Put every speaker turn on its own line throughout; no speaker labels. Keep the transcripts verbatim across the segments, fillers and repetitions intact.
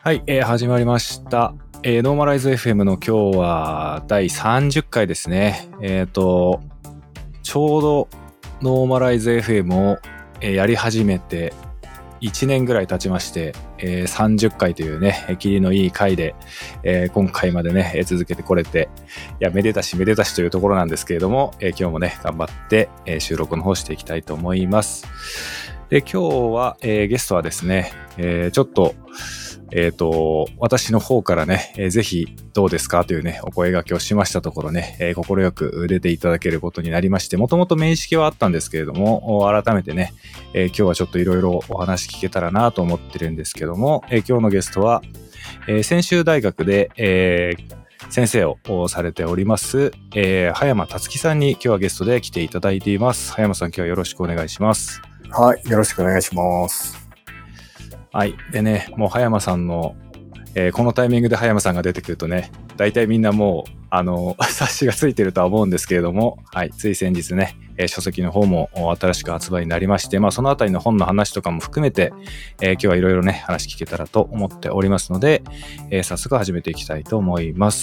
はい、えー、始まりました。えー、ノーマライズ エフエム の今日はだいさんじゅっかいですね。えっと、ちょうどノーマライズ エフエム を、えー、やり始めていちねんぐらい経ちまして、えー、さんじゅっかいというね、切りのいい回で、えー、今回までね、続けてこれて、いや、めでたしめでたしというところなんですけれども、えー、今日もね、頑張って、えー、収録の方していきたいと思います。で、今日は、えー、ゲストはですね、えー、ちょっと、えっと、私の方からね、えー、ぜひどうですかというね、お声掛けをしましたところね、えー、心よく出ていただけることになりまして、もともと面識はあったんですけれども、改めてね、えー、今日はちょっといろいろお話聞けたらなと思ってるんですけども、えー、今日のゲストは、えー、専修大学で、えー、先生をされております、えー、葉山達樹さんに今日はゲストで来ていただいています。葉山さん、今日はよろしくお願いします。
はい、よろしくお願いします。
はい。でね、もう葉山さんの、えー、このタイミングで葉山さんが出てくるとね、大体みんなもう、あの、冊子がついてるとは思うんですけれども、はい。つい先日ね、えー、書籍の方も新しく発売になりまして、まあそのあたりの本の話とかも含めて、えー、今日はいろいろね、話聞けたらと思っておりますので、えー、早速始めていきたいと思います。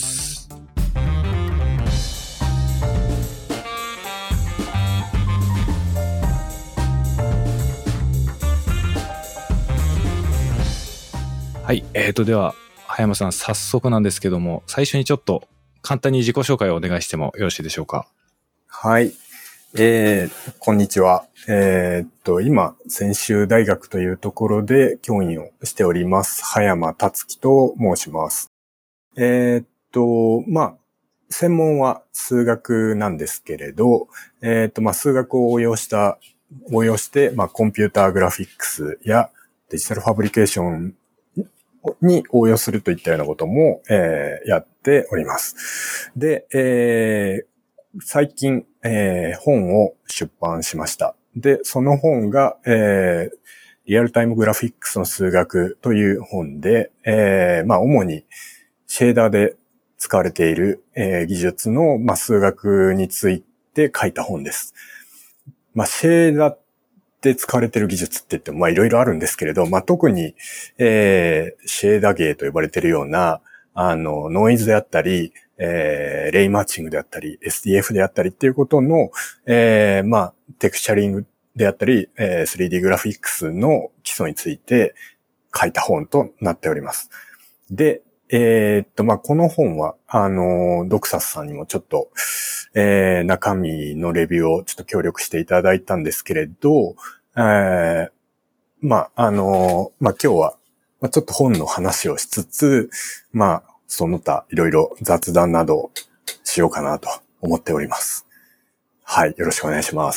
はい。えーと、では、葉山さん、早速なんですけども、最初にちょっと簡単に自己紹介をお願いしてもよろしいでしょうか。
はい。えー、こんにちは。えー、っと、今、専修大学というところで教員をしております。葉山達樹と申します。えー、っと、まあ、専門は数学なんですけれど、えー、っと、まあ、数学を応用した、応用して、まあ、コンピューターグラフィックスやデジタルファブリケーションに応用するといったようなことも、えー、やっております。で、えー、最近、えー、本を出版しました。で、その本が、えー、リアルタイムグラフィックスの数学という本で、えー、まあ、主にシェーダーで使われている、えー、技術の、まあ、数学について書いた本です。まあ、シェーダーで使われている技術って言っても、まあいろいろあるんですけれど、まあ特に、えー、シェーダゲーと呼ばれているような、あの、ノイズであったり、えー、レイマッチングであったり、エスディーエフ であったりっていうことの、えー、まあ、テクスチャリングであったり、えー、スリーディー グラフィックスの基礎について書いた本となっております。で、えー、っと、まあ、この本は、あの、ドクサスさんにもちょっと、えー、中身のレビューをちょっと協力していただいたんですけれど、えー、まあ、あの、まあ、今日は、まあ、ちょっと本の話をしつつ、まあ、その他いろいろ雑談などしようかなと思っております。はい、よろしくお願いします。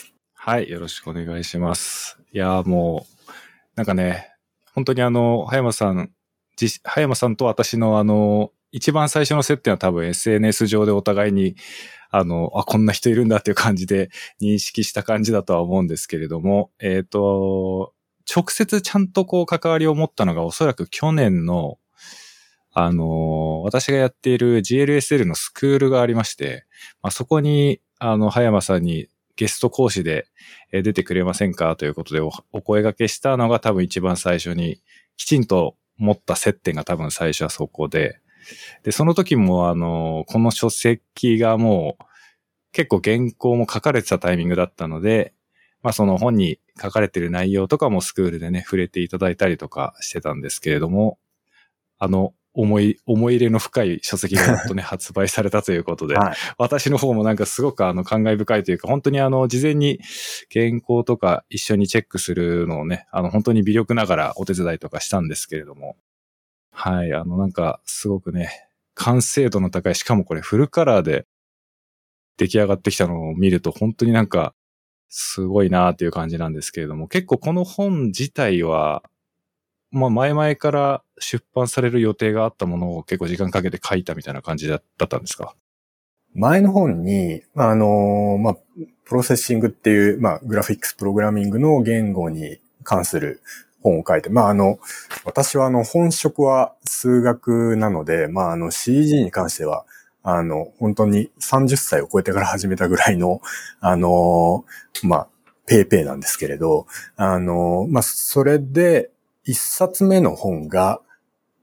はい、よろしくお願いします。いやーもう、なんかね、本当にあの、葉山さん、葉山さんと私のあの、一番最初の接点は多分 エスエヌエス 上でお互いに、あの、あ、こんな人いるんだっていう感じで認識した感じだとは思うんですけれども、えっと、直接ちゃんとこう関わりを持ったのがおそらく去年の、あの、私がやっている ジーエルエスエル のスクールがありまして、まあ、そこに、あの、葉山さんにゲスト講師で出てくれませんかということで お, お声掛けしたのが多分一番最初にきちんと持った接点が多分最初はそこで、で、その時もあの、この書籍がもう結構原稿も書かれてたタイミングだったので、まあその本に書かれてる内容とかもスクールでね、触れていただいたりとかしてたんですけれども、あの、思い、思い入れの深い書籍がやっとね、発売されたということで、はい、私の方もなんかすごくあの、感慨深いというか、本当にあの、事前に原稿とか一緒にチェックするのをね、あの、本当に微力ながらお手伝いとかしたんですけれども、はい、あの、なんか、すごくね、完成度の高い、しかもこれフルカラーで出来上がってきたのを見ると、本当になんか、すごいなーっていう感じなんですけれども、結構この本自体は、まあ前々から出版される予定があったものを結構時間かけて書いたみたいな感じだったんですか？
前の本に、あの、まあ、プロセッシングっていう、まあ、グラフィックスプログラミングの言語に関する本を書いて、まあ、あの、私はあの、本職は数学なので、まあ、あの、シージー に関しては、あの、本当にさんじゅっさいを超えてから始めたぐらいの、あの、まあ、ペーペーなんですけれど、あの、まあ、それで、一冊目の本が、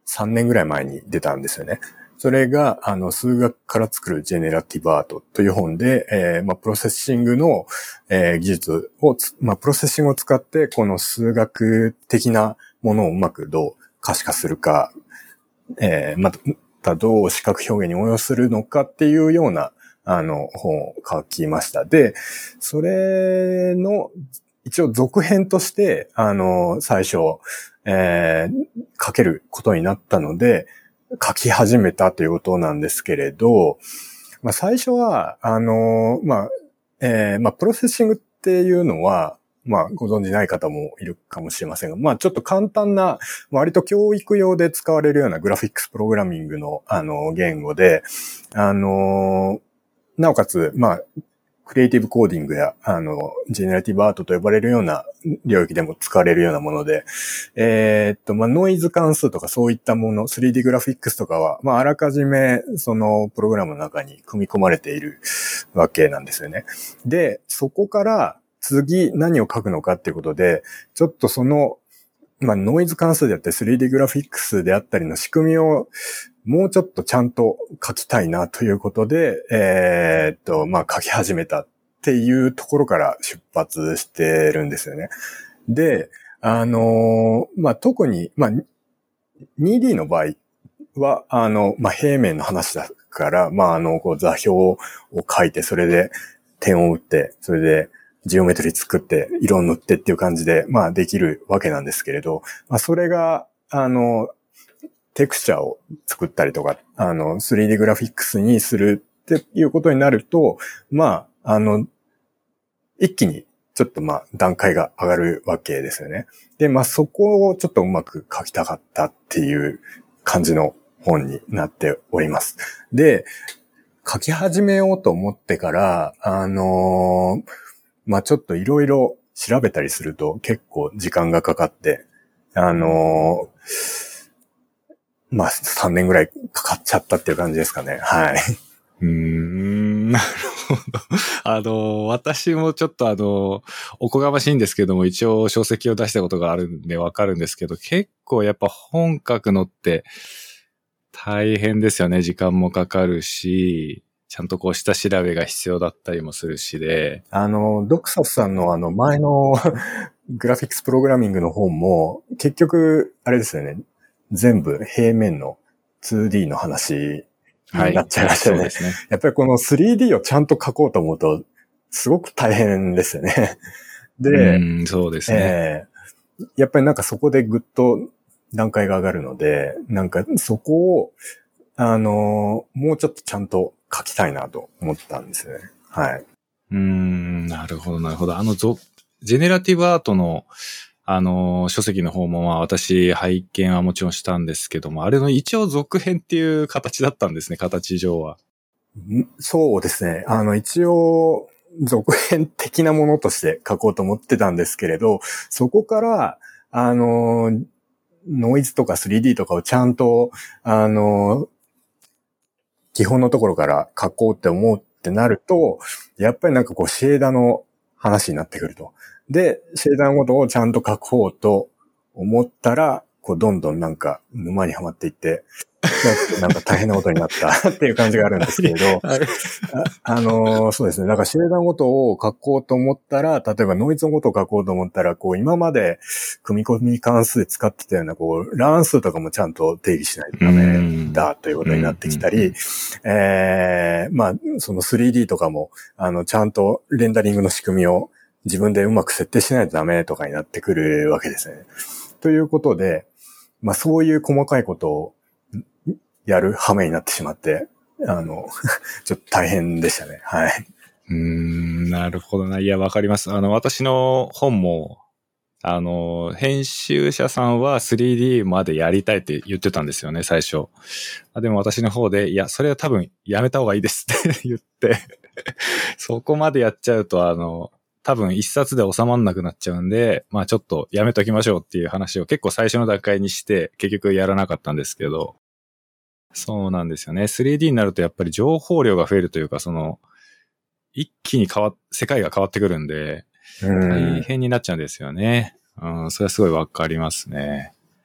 さんねんぐらい前に出たんですよね。それが、あの、数学から作るジェネラティブアートという本で、えー、まあ、プロセッシングの、えー、技術をつ、まあ、プロセッシングを使って、この数学的なものをうまくどう可視化するか、えー、またどう視覚表現に応用するのかっていうような、あの、本を書きました。で、それの、一応続編として、あの、最初、えー、書けることになったので、書き始めたということなんですけれど、まあ最初は、あの、まあ、えー、まあプロセッシングっていうのは、まあご存知ない方もいるかもしれませんが、まあちょっと簡単な、割と教育用で使われるようなグラフィックスプログラミングの、あの、言語で、あの、なおかつ、まあ、クリエイティブコーディングや、あの、ジェネラティブアートと呼ばれるような領域でも使われるようなもので、えー、っと、まあ、ノイズ関数とかそういったもの、スリーディー グラフィックスとかは、まあ、あらかじめ、その、プログラムの中に組み込まれているわけなんですよね。で、そこから次何を書くのかっていうことで、ちょっとその、まあ、ノイズ関数であったり スリーディー グラフィックスであったりの仕組みをもうちょっとちゃんと書きたいなということで、えー、っと、まあ、書き始めたっていうところから出発してるんですよね。で、あのー、まあ、特に、まあ、ツーディー の場合は、あの、まあ、平面の話だから、まあ、あの、こう座標を書いて、それで点を打って、それでジオメトリー作って、色を塗ってっていう感じで、まあ、できるわけなんですけれど、まあ、それが、あの、テクスチャーを作ったりとか、あの、スリーディー グラフィックスにするっていうことになると、まあ、あの、一気にちょっとまあ、段階が上がるわけですよね。で、まあ、そこをちょっとうまく書きたかったっていう感じの本になっております。で、書き始めようと思ってから、あのー、まあ、ちょっといろいろ調べたりすると結構時間がかかって、あのー、まあ、さんねんぐらいかかっちゃったっていう感じですかね。はい。
うーん、なるほど。あの、私もちょっとあの、おこがましいんですけども、一応書籍を出したことがあるんでわかるんですけど、結構やっぱ本書くのって大変ですよね。時間もかかるし、ちゃんとこう下調べが必要だったりもするしで。
あの、ドクサスさんのあの前のグラフィックスプログラミングの本も、結局、あれですよね。全部平面の ツーディー の話になっちゃいましたよね。はい、そうですね。やっぱりこの スリーディー をちゃんと書こうと思うと、すごく大変ですよね。で、
うん、そうですね、
えー。やっぱりなんかそこでぐっと段階が上がるので、なんかそこを、あの、もうちょっとちゃんと書きたいなと思ったんですね。はい。
うーん、なるほど、なるほど。あの、ジェネラティブアートのあの、書籍の方もまあ私拝見はもちろんしたんですけども、あれの一応続編っていう形だったんですね、形上は。
そうですね。あの、一応、続編的なものとして書こうと思ってたんですけれど、そこから、あの、ノイズとか スリーディー とかをちゃんと、あの、基本のところから書こうって思うってなると、やっぱりなんかこうシェーダーの話になってくると。で、シェーダーのことをちゃんと書こうと思ったら、こうどんどんなんか沼にはまっていって、なんか大変なことになったっていう感じがあるんですけれど、あ, あのー、そうですね。だからシェーダーのことを書こうと思ったら、例えばノイズのことを書こうと思ったら、こう今まで組み込み関数で使ってたような、こう乱数とかもちゃんと定義しないとダメだということになってきたり、えー、まあ、その スリーディー とかも、あの、ちゃんとレンダリングの仕組みを自分でうまく設定しないとダメとかになってくるわけですね。ということで、まあそういう細かいことをやる羽目になってしまって、あの、ちょっと大変でしたね。はい。
うーん、なるほどな。いや、わかります。あの、私の本も、あの、編集者さんは スリーディー までやりたいって言ってたんですよね、最初。でも私の方で、いや、それは多分やめた方がいいですって言って、そこまでやっちゃうと、あの、多分一冊で収まんなくなっちゃうんで、まあちょっとやめときましょうっていう話を結構最初の段階にして、結局やらなかったんですけど、そうなんですよね。スリーディー になるとやっぱり情報量が増えるというか、その、一気に変わっ、世界が変わってくるんで、大変になっちゃうんですよね。うん、それはすごいわかりますね。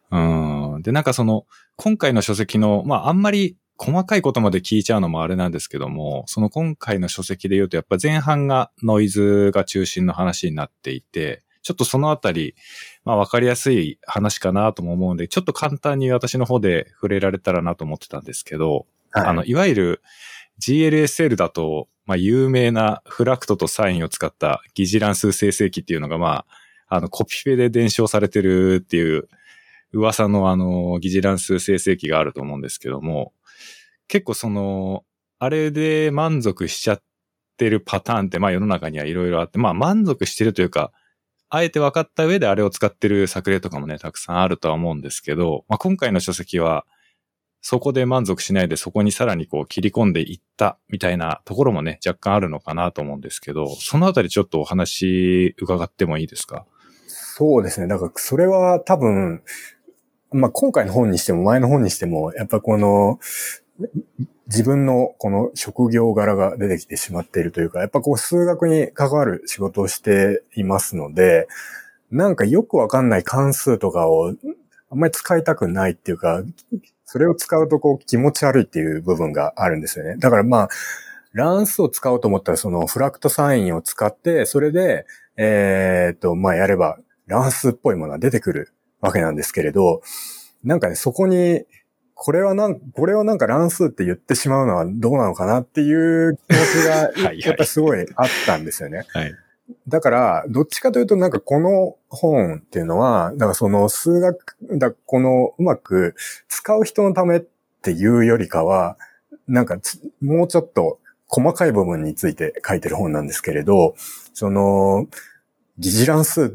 うん。で、なんかその、今回の書籍の、まあ、あんまり細かいことまで聞いちゃうのもあれなんですけども、その今回の書籍で言うと、やっぱ前半がノイズが中心の話になっていて、ちょっとそのあたり、まあ、わかりやすい話かなとも思うんで、ちょっと簡単に私の方で触れられたらなと思ってたんですけど、
はい。
あの、いわゆる ジーエルエスエル だと、まあ、有名なフラクトとサインを使った疑似乱数生成器っていうのが、まあ、あの、コピペで伝承されてるっていう噂のあの、疑似乱数生成器があると思うんですけども、結構その、あれで満足しちゃってるパターンって、まあ世の中にはいろいろあって、まあ満足してるというか、あえて分かった上であれを使ってる作例とかもね、たくさんあるとは思うんですけど、まあ今回の書籍は、そこで満足しないでそこにさらにこう切り込んでいったみたいなところもね、若干あるのかなと思うんですけど、そのあたりちょっとお話伺ってもいいですか？
そうですね。だからそれは多分、まあ、今回の本にしても前の本にしても、やっぱこの、自分のこの職業柄が出てきてしまっているというか、やっぱこう数学に関わる仕事をしていますので、なんかよくわかんない関数とかをあんまり使いたくないっていうか、それを使うとこう気持ち悪いっていう部分があるんですよね。だからまあ、乱数を使おうと思ったらそのフラクトサインを使って、それで、えーっと、まあやれば乱数っぽいものが出てくるわけなんですけれど、なんかね、そこに、これはなん、これをなんか乱数って言ってしまうのはどうなのかなっていう気持ちが、やっぱりすごいあったんですよね。
はい。
だから、どっちかというとなんかこの本っていうのは、なんかその数学、だこのうまく使う人のためっていうよりかは、なんかもうちょっと細かい部分について書いてる本なんですけれど、その、疑似乱数って、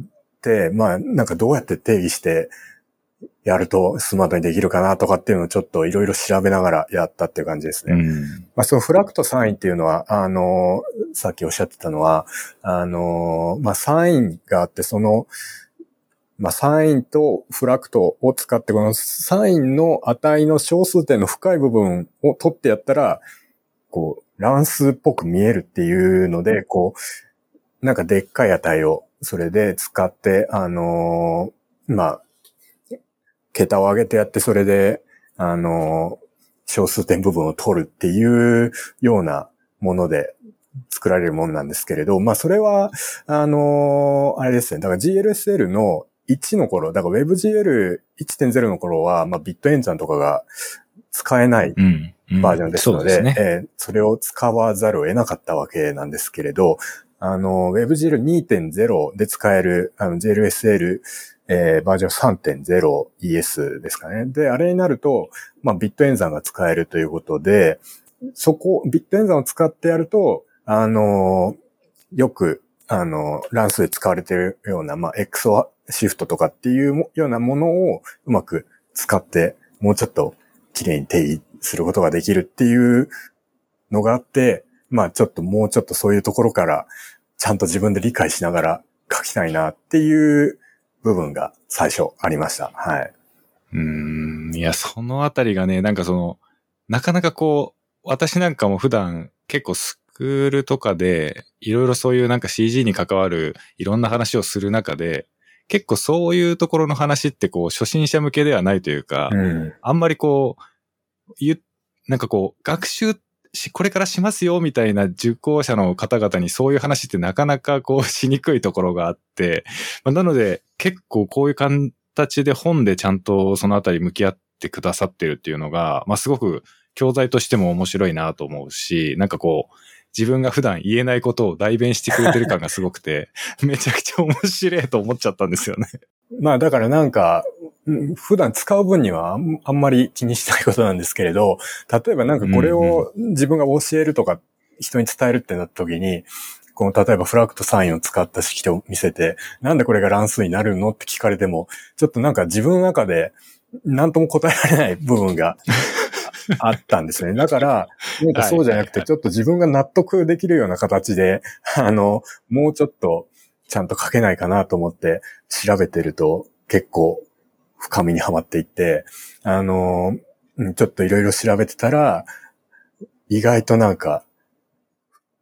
まあなんかどうやって定義してやるとスマートにできるかなとかっていうのをちょっといろいろ調べながらやったっていう感じですね。
うん、
まあそのフラクトサインっていうのは、あの、さっきおっしゃってたのは、あの、まあサインがあって、その、まあサインとフラクトを使って、このサインの値の小数点の深い部分を取ってやったら、こう、乱数っぽく見えるっていうので、こう、なんかでっかい値をそれで使って、あの、まあ、桁を上げてやって、それで、あの、小数点部分を取るっていうようなもので作られるものなんですけれど、まあそれは、あの、あれですね。だから ジーエルエスエル のいちの頃、だから WebGLいちてんゼロ の頃は、まあビット演算とかが使えないバージョンですので、うんうん、そうですね。えー、それを使わざるを得なかったわけなんですけれど、あの、WebGLにてんゼロ で使える、あの ジーエルエスエルえー、バージョン さんてんゼロイーエス ですかね。で、あれになると、まあ、ビット演算が使えるということで、そこ、ビット演算を使ってやると、あのー、よく、あのー、乱数で使われているような、まあ、エクソシフトとかっていうようなものをうまく使って、もうちょっと綺麗に定義することができるっていうのがあって、まあ、ちょっともうちょっとそういうところから、ちゃんと自分で理解しながら書きたいなっていう部分が最初ありました。はい。
うーん。いや、そのあたりがね、なんかその、なかなかこう、私なんかも普段結構スクールとかで、いろいろそういうなんか シージー に関わるいろんな話をする中で、結構そういうところの話ってこう、初心者向けではないというか、
うん、
あんまりこう、ゆ、なんかこう、学習し、これからしますよみたいな受講者の方々にそういう話ってなかなかこうしにくいところがあって、まあ、なので結構こういう形で本でちゃんとそのあたり向き合ってくださってるっていうのが、まあすごく教材としても面白いなと思うし、なんかこう自分が普段言えないことを代弁してくれてる感がすごくて、めちゃくちゃ面白いと思っちゃったんですよね。
まあだからなんか、普段使う分にはあんまり気にしないことなんですけれど、例えばなんかこれを自分が教えるとか人に伝えるってなった時に、この例えばフラクトサインを使った式を見せて、なんでこれが乱数になるのって聞かれても、ちょっとなんか自分の中で何とも答えられない部分があったんですね。だから、なんかそうじゃなくて、ちょっと自分が納得できるような形で、あの、もうちょっとちゃんと書けないかなと思って調べてると結構深みにはまっていって、あの、ちょっといろいろ調べてたら、意外となんか、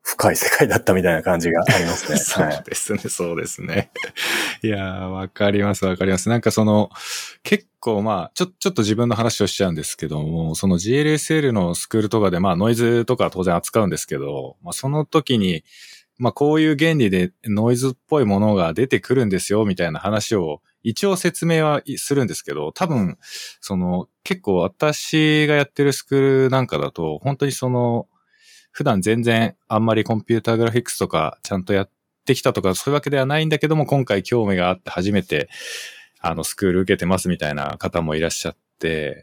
深い世界だったみたいな感じがありますね。
そうですね、はい、そうですね。いやー、わかります、わかります。なんかその、結構まあ、ちょ、ちょっと自分の話をしちゃうんですけども、その ジーエルエスエル のスクールとかでまあ、ノイズとか当然扱うんですけど、まあ、その時に、まあ、こういう原理でノイズっぽいものが出てくるんですよ、みたいな話を、一応説明はするんですけど、多分、その、結構私がやってるスクールなんかだと、本当にその、普段全然あんまりコンピューターグラフィックスとかちゃんとやってきたとかそういうわけではないんだけども、今回興味があって初めてあのスクール受けてますみたいな方もいらっしゃって、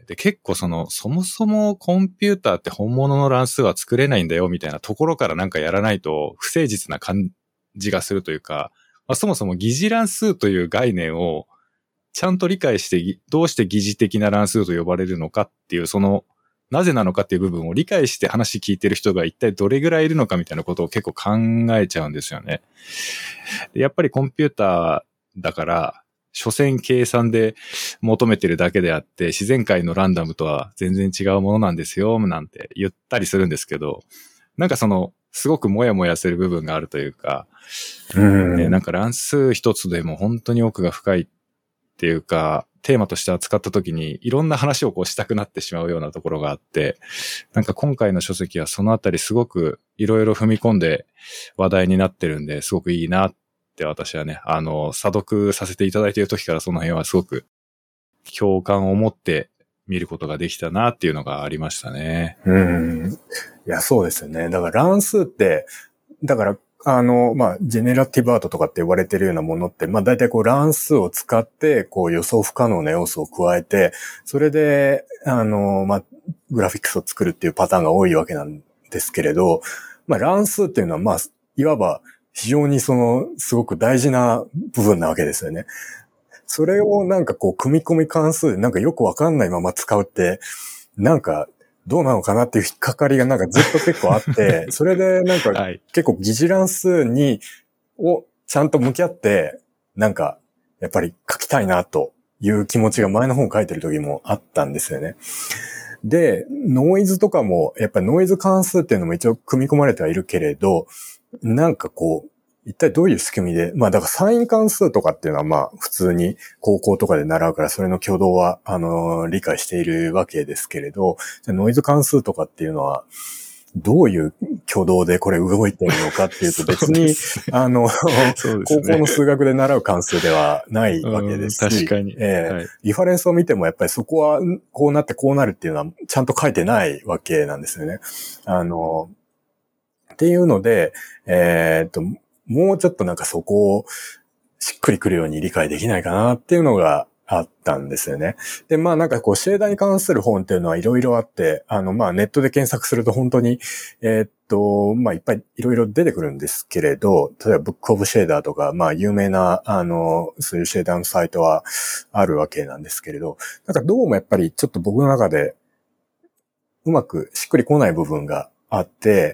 で結構そのそもそもコンピューターって本物の乱数は作れないんだよみたいなところからなんかやらないと不誠実な感じがするというか、まあ、そもそも疑似乱数という概念をちゃんと理解してどうして疑似的な乱数と呼ばれるのかっていうそのなぜなのかっていう部分を理解して話聞いてる人が一体どれぐらいいるのかみたいなことを結構考えちゃうんですよね。でやっぱりコンピューターだから、所詮計算で求めてるだけであって、自然界のランダムとは全然違うものなんですよ、なんて言ったりするんですけど、なんかその、すごくもやもやする部分があるというか、
うん
ね、なんか乱数一つでも本当に奥が深いっていうか、テーマとして扱った時にいろんな話をこうしたくなってしまうようなところがあって、なんか今回の書籍はそのあたりすごくいろいろ踏み込んで話題になってるんで、すごくいいなって私はね、あの、査読させていただいている時からその辺はすごく共感を持って見ることができたなっていうのがありましたね。
うん。いや、そうですよね。だから乱数って、だから、あの、まあ、ジェネラティブアートとかって言われてるようなものって、まあ、大体こう乱数を使って、こう予想不可能な要素を加えて、それで、あの、まあ、グラフィックスを作るっていうパターンが多いわけなんですけれど、まあ、乱数っていうのは、まあ、いわば非常にその、すごく大事な部分なわけですよね。それをなんかこう、組み込み関数でなんかよくわかんないまま使うって、なんか、どうなのかなっていう引っかかりがなんかずっと結構あって、それでなんか結構疑似乱数に、をちゃんと向き合って、なんかやっぱり書きたいなという気持ちが前の本書いてる時もあったんですよね。で、ノイズとかも、やっぱりノイズ関数っていうのも一応組み込まれてはいるけれど、なんかこう、一体どういう仕組みで、まあだからサイン関数とかっていうのはまあ普通に高校とかで習うからそれの挙動はあの理解しているわけですけれど、じゃノイズ関数とかっていうのはどういう挙動でこれ動いてるのかっていうと別に、ね、あの、ね、高校の数学で習う関数ではないわけですし、
確かに、
えー
はい、
リファレンスを見てもやっぱりそこはこうなってこうなるっていうのはちゃんと書いてないわけなんですよね。あの、っていうので、えー、っと、もうちょっとなんかそこをしっくりくるように理解できないかなっていうのがあったんですよね。で、まあなんかこうシェーダーに関する本っていうのはいろいろあって、あのまあネットで検索すると本当に、えー、っと、まあいっぱいいろいろ出てくるんですけれど、例えばブックオブシェーダーとか、まあ有名な、あの、そういうシェーダーのサイトはあるわけなんですけれど、なんかどうもやっぱりちょっと僕の中でうまくしっくりこない部分があって、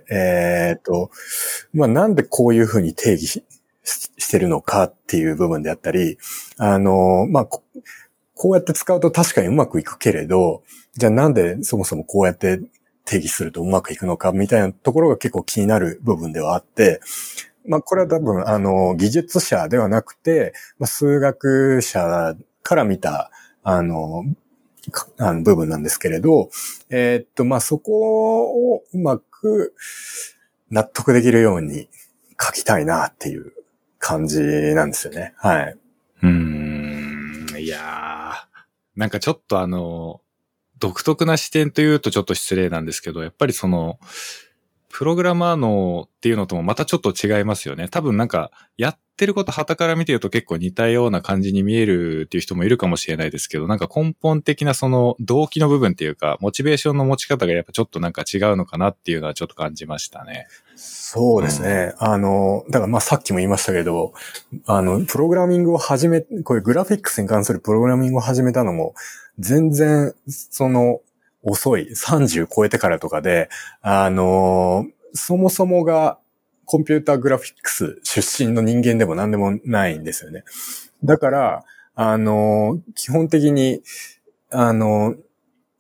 えっと、まあ、なんでこういうふうに定義し、してるのかっていう部分であったり、あの、まあ、こ, こうやって使うと確かにうまくいくけれど、じゃあなんでそもそもこうやって定義するとうまくいくのかみたいなところが結構気になる部分ではあって、まあ、これは多分、あの、技術者ではなくて、まあ、数学者から見た、あの、あの部分なんですけれど、えー、っと、まあ、そこをうまく納得できるように書きたいなっていう感じなんですよね。はい。
うーん、いやー、なんかちょっとあの、独特な視点というとちょっと失礼なんですけど、やっぱりその、プログラマーのっていうのともまたちょっと違いますよね。多分なんか、やってること傍から見てると結構似たような感じに見えるっていう人もいるかもしれないですけど、なんか根本的なその動機の部分っていうか、モチベーションの持ち方がやっぱちょっとなんか違うのかなっていうのはちょっと感じましたね。
そうですね。うん、あの、だからまあさっきも言いましたけど、あの、プログラミングを始め、こういうグラフィックスに関するプログラミングを始めたのも、全然、その、遅い、さんじゅう超えてからとかで、あの、そもそもがコンピューターグラフィックス出身の人間でも何でもないんですよね。だから、あの、基本的に、あの、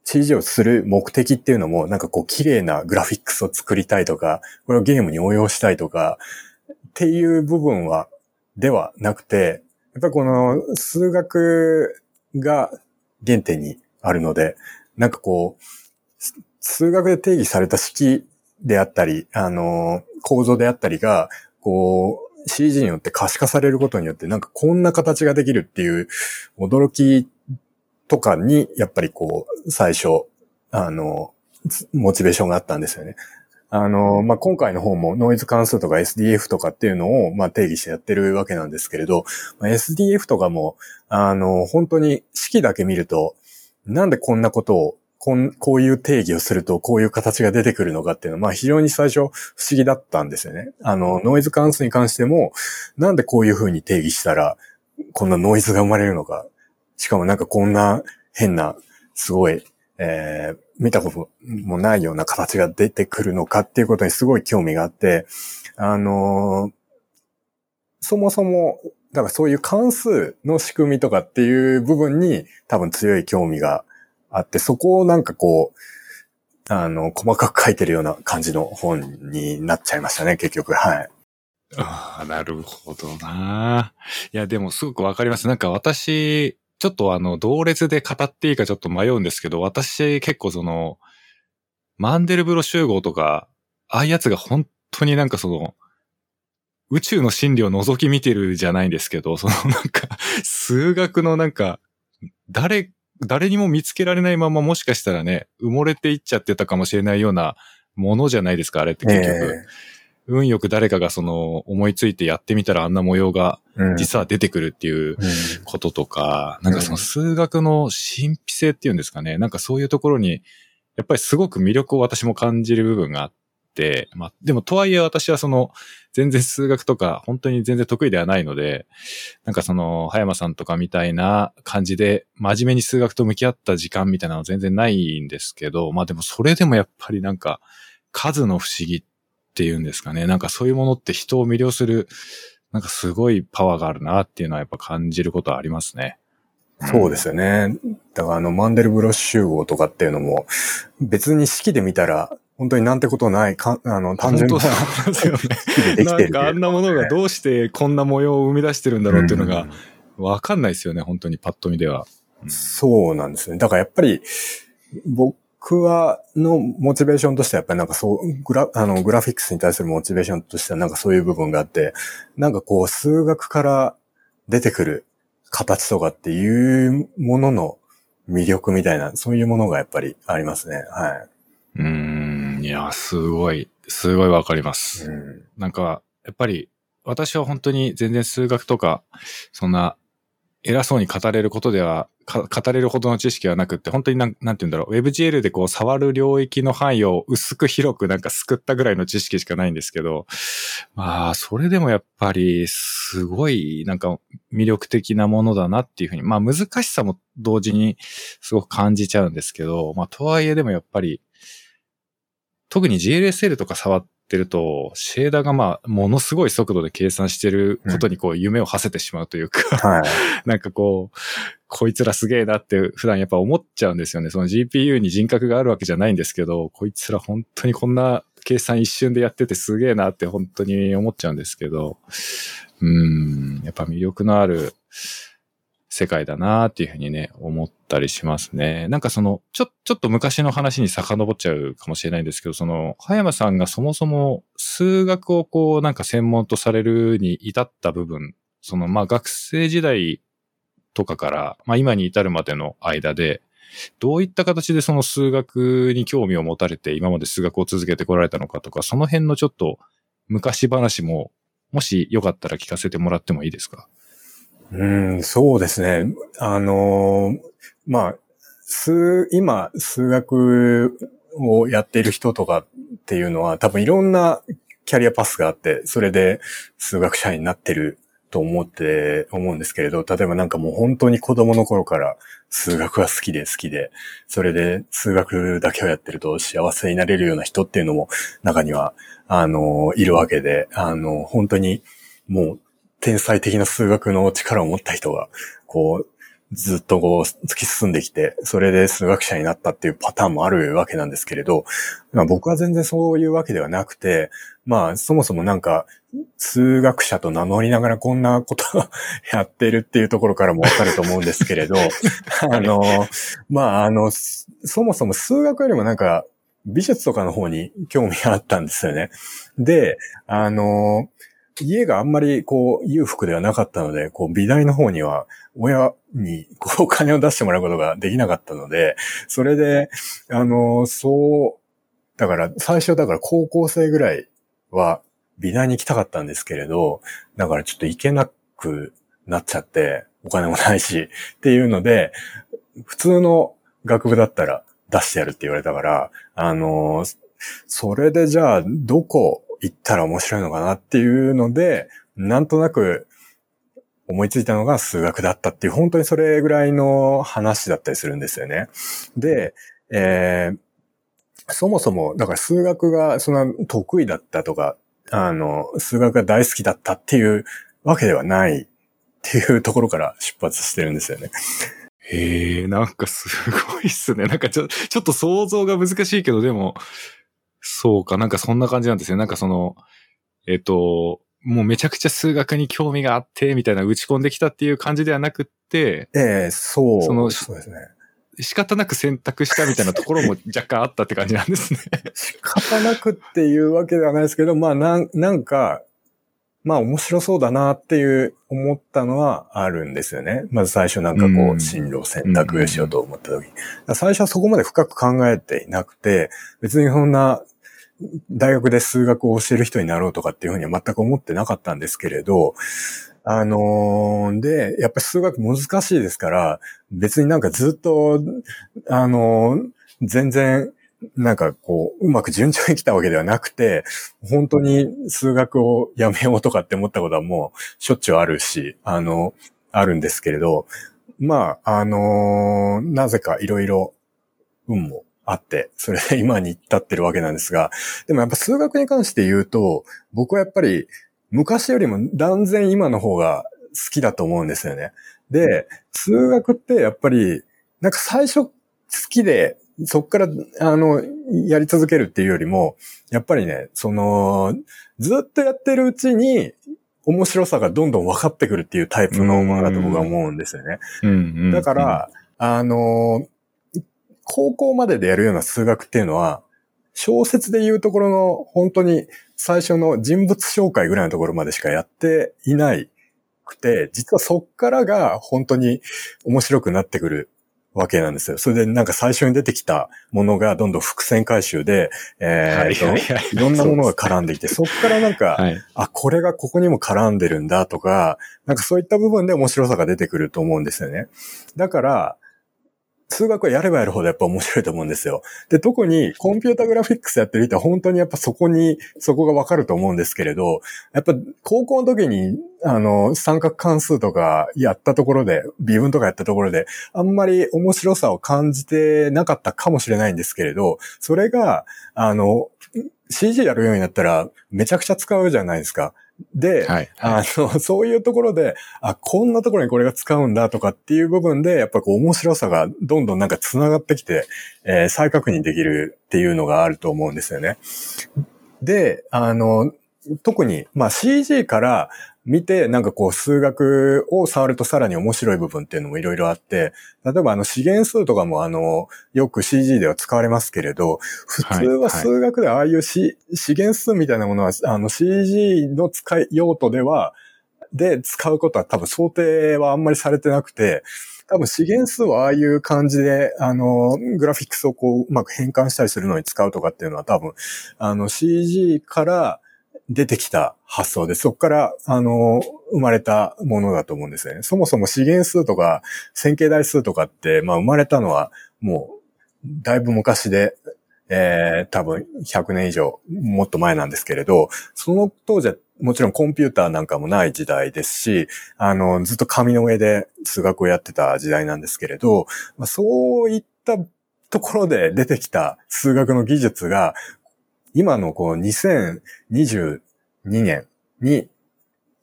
シージー をする目的っていうのも、なんかこう綺麗なグラフィックスを作りたいとか、これをゲームに応用したいとか、っていう部分は、ではなくて、やっぱりこの数学が原点にあるので、なんかこう、数学で定義された式であったり、あの、構造であったりが、こう、シージー によって可視化されることによって、なんかこんな形ができるっていう驚きとかに、やっぱりこう、最初、あの、モチベーションがあったんですよね。あの、まあ、今回の方もノイズ関数とか エスディーエフ とかっていうのを、まあ、定義してやってるわけなんですけれど、まあ、エスディーエフ とかも、あの、本当に式だけ見ると、なんでこんなことを、こん、こういう定義をするとこういう形が出てくるのかっていうのは、まあ、非常に最初不思議だったんですよね。あの、ノイズ関数に関しても、なんでこういう風に定義したら、こんなノイズが生まれるのか。しかもなんかこんな変な、すごい、えー、見たこともないような形が出てくるのかっていうことにすごい興味があって、あのー、そもそも、だからそういう関数の仕組みとかっていう部分に多分強い興味があって、そこをなんかこう、あの、細かく書いてるような感じの本になっちゃいましたね、結局。はい。
ああ、なるほどな。いや、でもすごくわかります。なんか私、ちょっとあの、同列で語っていいかちょっと迷うんですけど、私結構その、マンデルブロ集合とか、ああいうやつが本当になんかその、宇宙の真理を覗き見てるじゃないんですけど、そのなんか、数学のなんか、誰、誰にも見つけられないままもしかしたらね、埋もれていっちゃってたかもしれないようなものじゃないですか、あれって結局。えー運よく誰かがその思いついてやってみたらあんな模様が実は出てくるっていうこととか、うん、なんかその数学の神秘性っていうんですかね、なんかそういうところにやっぱりすごく魅力を私も感じる部分があって、まあでもとはいえ私はその全然数学とか本当に全然得意ではないので、なんかその葉山さんとかみたいな感じで真面目に数学と向き合った時間みたいなのは全然ないんですけど、まあでもそれでもやっぱりなんか数の不思議っていうんですかね。なんかそういうものって人を魅了する、なんかすごいパワーがあるなっていうのはやっぱ感じることはありますね。
うん、そうですよね。だからあのマンデルブロス集合とかっていうのも別に式で見たら本当になんてことないか、あの単純な
式でできてる。なんかあんなものがどうしてこんな模様を生み出してるんだろうっていうのがわかんないですよね。本当にパッと見では。
うん、そうなんですね。だからやっぱり僕僕は、のモチベーションとしてはやっぱりなんかそう、グラ、あの、グラフィックスに対するモチベーションとしてはなんかそういう部分があって、なんかこう、数学から出てくる形とかっていうものの魅力みたいな、そういうものがやっぱりありますね。はい。
うーん、いや、すごい、すごいわかります。うん、なんか、やっぱり、私は本当に全然数学とか、そんな、偉そうに語れることでは、語れるほどの知識はなくって、本当になん、なんて言うんだろう、WebGL でこう触る領域の範囲を薄く広くなんかすくったぐらいの知識しかないんですけど、まあ、それでもやっぱりすごいなんか魅力的なものだなっていうふうに、まあ難しさも同時にすごく感じちゃうんですけど、まあとはいえでもやっぱり、特に ジーエルエスエル とか触ってると、シェーダーがまあ、ものすごい速度で計算してることにこう、夢を馳せてしまうというか、うんはい、なんかこう、こいつらすげえなって普段やっぱ思っちゃうんですよね。その ジーピーユー に人格があるわけじゃないんですけど、こいつら本当にこんな計算一瞬でやっててすげえなって本当に思っちゃうんですけど、うーん、やっぱ魅力のある世界だなっていうふうにね、思ったりしますね。なんかその、ちょ、ちょっと昔の話に遡っちゃうかもしれないんですけど、その、葉山さんがそもそも数学をこう、なんか専門とされるに至った部分、その、まあ学生時代とかから、まあ今に至るまでの間で、どういった形でその数学に興味を持たれて今まで数学を続けてこられたのかとか、その辺のちょっと昔話も、もしよかったら聞かせてもらってもいいですか？
うん、そうですね。あのー、まあ、数、今、数学をやっている人とかっていうのは多分いろんなキャリアパスがあって、それで数学者になってると思って、思うんですけれど、例えばなんかもう本当に子供の頃から数学が好きで好きで、それで数学だけをやってると幸せになれるような人っていうのも中には、あの、いるわけで、あの、本当にもう天才的な数学の力を持った人が、こう、 ずっとこう突き進んできて、それで数学者になったっていうパターンもあるわけなんですけれど、まあ、僕は全然そういうわけではなくて、まあそもそもなんか数学者と名乗りながらこんなことをやってるっていうところからもわかると思うんですけれど、あの、まああの、そもそも数学よりもなんか美術とかの方に興味があったんですよね。で、あの、家があんまりこう裕福ではなかったので、こう美大の方には親にこうお金を出してもらうことができなかったので、それで、あの、そう、だから最初だから高校生ぐらいは美大に行きたかったんですけれど、だからちょっと行けなくなっちゃって、お金もないしっていうので、普通の学部だったら出してやるって言われたから、あの、それでじゃあどこ行ったら面白いのかなっていうので、なんとなく思いついたのが数学だったっていう、本当にそれぐらいの話だったりするんですよね。で、えー、そもそも、だから数学がそんな得意だったとか、あの、数学が大好きだったっていうわけではないっていうところから出発してるんですよね。
へえ、なんかすごいっすね。なんかちょ、ちょっと想像が難しいけど、でも、そうか、なんかそんな感じなんですね。なんかその、えっと、もうめちゃくちゃ数学に興味があって、みたいな打ち込んできたっていう感じではなくって、
ええ、そう、
その、
そうですね。
仕方なく選択したみたいなところも若干あったって感じなんですね。
仕方なくっていうわけではないですけど、まあなん、なんか、まあ面白そうだなっていう思ったのはあるんですよね。まず最初なんかこう進路選択しようと思った時に。最初はそこまで深く考えていなくて、別にそんな大学で数学を教える人になろうとかっていうふうには全く思ってなかったんですけれど、あのー、で、やっぱり数学難しいですから、別になんかずっと、あのー、全然、なんかこう、うまく順調に来たわけではなくて、本当に数学をやめようとかって思ったことはもうしょっちゅうあるし、あの、あるんですけれど、まあ、あのー、なぜかいろいろ運もあって、それで今に至ってるわけなんですが、でもやっぱ数学に関して言うと、僕はやっぱり昔よりも断然今の方が好きだと思うんですよね。で、数学ってやっぱり、なんか最初好きで、そっから、あの、やり続けるっていうよりも、やっぱりね、その、ずっとやってるうちに、面白さがどんどん分かってくるっていうタイプのものだと僕は思うんですよね。
うんうんうん、
だから、あの、高校まででやるような数学っていうのは、小説で言うところの本当に最初の人物紹介ぐらいのところまでしかやっていないくて、実はそっからが本当に面白くなってくるわけなんですよ。それでなんか最初に出てきたものがどんどん伏線回収で、えーと、はいはいはい、いろんなものが絡んできて、そっからなんか、はい、あ、これがここにも絡んでるんだとか、なんかそういった部分で面白さが出てくると思うんですよね。だから、数学はやればやるほどやっぱ面白いと思うんですよ。で、特にコンピュータグラフィックスやってる人は本当にやっぱそこに、そこがわかると思うんですけれど、やっぱ高校の時に、あの、三角関数とかやったところで、微分とかやったところで、あんまり面白さを感じてなかったかもしれないんですけれど、それが、あの、シージー やるようになったらめちゃくちゃ使うじゃないですか。で、はいはい、あの、そういうところで、あ、こんなところにこれが使うんだとかっていう部分で、やっぱこう面白さがどんどんなんか繋がってきて、えー、再確認できるっていうのがあると思うんですよね。で、あの、特に、まあ シージー から見て、なんかこう数学を触るとさらに面白い部分っていうのもいろいろあって、例えばあの資源数とかもあの、よく シージー では使われますけれど、普通は数学でああいう資源数みたいなものは、あの シージー の使い用途では、で使うことは多分想定はあんまりされてなくて、多分資源数はああいう感じで、あの、グラフィックスをこう、うまく変換したりするのに使うとかっていうのは多分、あの シージー から出てきた発想で、そこから、あの、生まれたものだと思うんですよね。そもそも資源数とか線形代数とかって、まあ生まれたのはもう、だいぶ昔で、えー、多分ひゃくねん以上、もっと前なんですけれど、その当時はもちろんコンピューターなんかもない時代ですし、あの、ずっと紙の上で数学をやってた時代なんですけれど、まあ、そういったところで出てきた数学の技術が、今のこうにせんにじゅうにねんに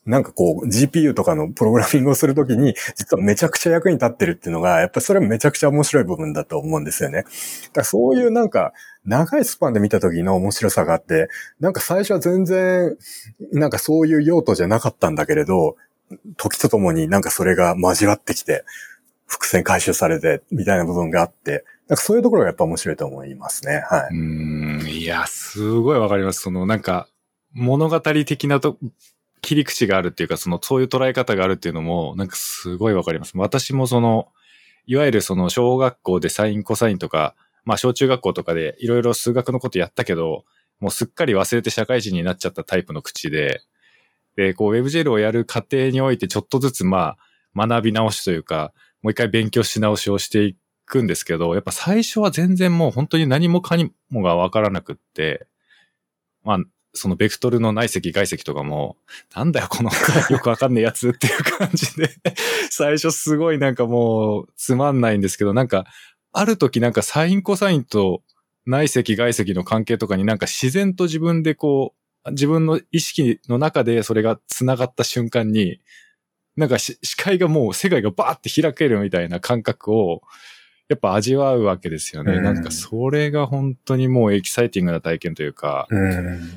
なんかこう ジーピーユー とかのプログラミングをするときに実はめちゃくちゃ役に立ってるっていうのがやっぱりそれはめちゃくちゃ面白い部分だと思うんですよね。だからそういうなんか長いスパンで見た時の面白さがあって、なんか最初は全然なんかそういう用途じゃなかったんだけれど、時とともになんかそれが交わってきて伏線回収されてみたいな部分があって、なんかそういうところがやっぱ面白いと思いますね。はい。
うーん、いや、すごいわかります。そのなんか物語的なと切り口があるっていうか、そのそういう捉え方があるっていうのもなんかすごいわかります。私もそのいわゆるその小学校でサインコサインとか、まあ小中学校とかでいろいろ数学のことやったけど、もうすっかり忘れて社会人になっちゃったタイプの口で、で、こう WebGL をやる過程においてちょっとずつまあ学び直しというか、もう一回勉強し直しをしていくんですけど、やっぱ最初は全然もう本当に何もかにもがわからなくって、まあ、そのベクトルの内積外積とかも、なんだよこのよくわかんねえやつっていう感じで、最初すごいなんかもうつまんないんですけど、なんかある時なんかサインコサインと内積外積の関係とかになんか自然と自分でこう、自分の意識の中でそれが繋がった瞬間に、なんか視界がもう世界がバーって開けるみたいな感覚をやっぱ味わうわけですよね。うん、なんかそれが本当にもうエキサイティングな体験というか、うん、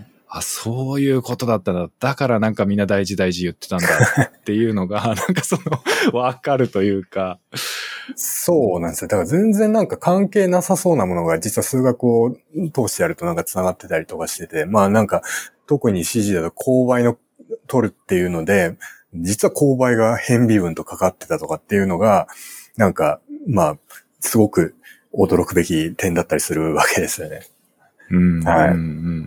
あ、そういうことだったんだ。だからなんかみんな大事大事言ってたんだっていうのが、なんかそのわかるというか。
そうなんですよ。だから全然なんか関係なさそうなものが実は数学を通してやるとなんか繋がってたりとかしてて、まあなんか特に シージー だと勾配の取るっていうので、実は勾配が変微分とかかってたとかっていうのが、なんかまあすごく驚くべき点だったりするわけですよね。
うん、はい。うん、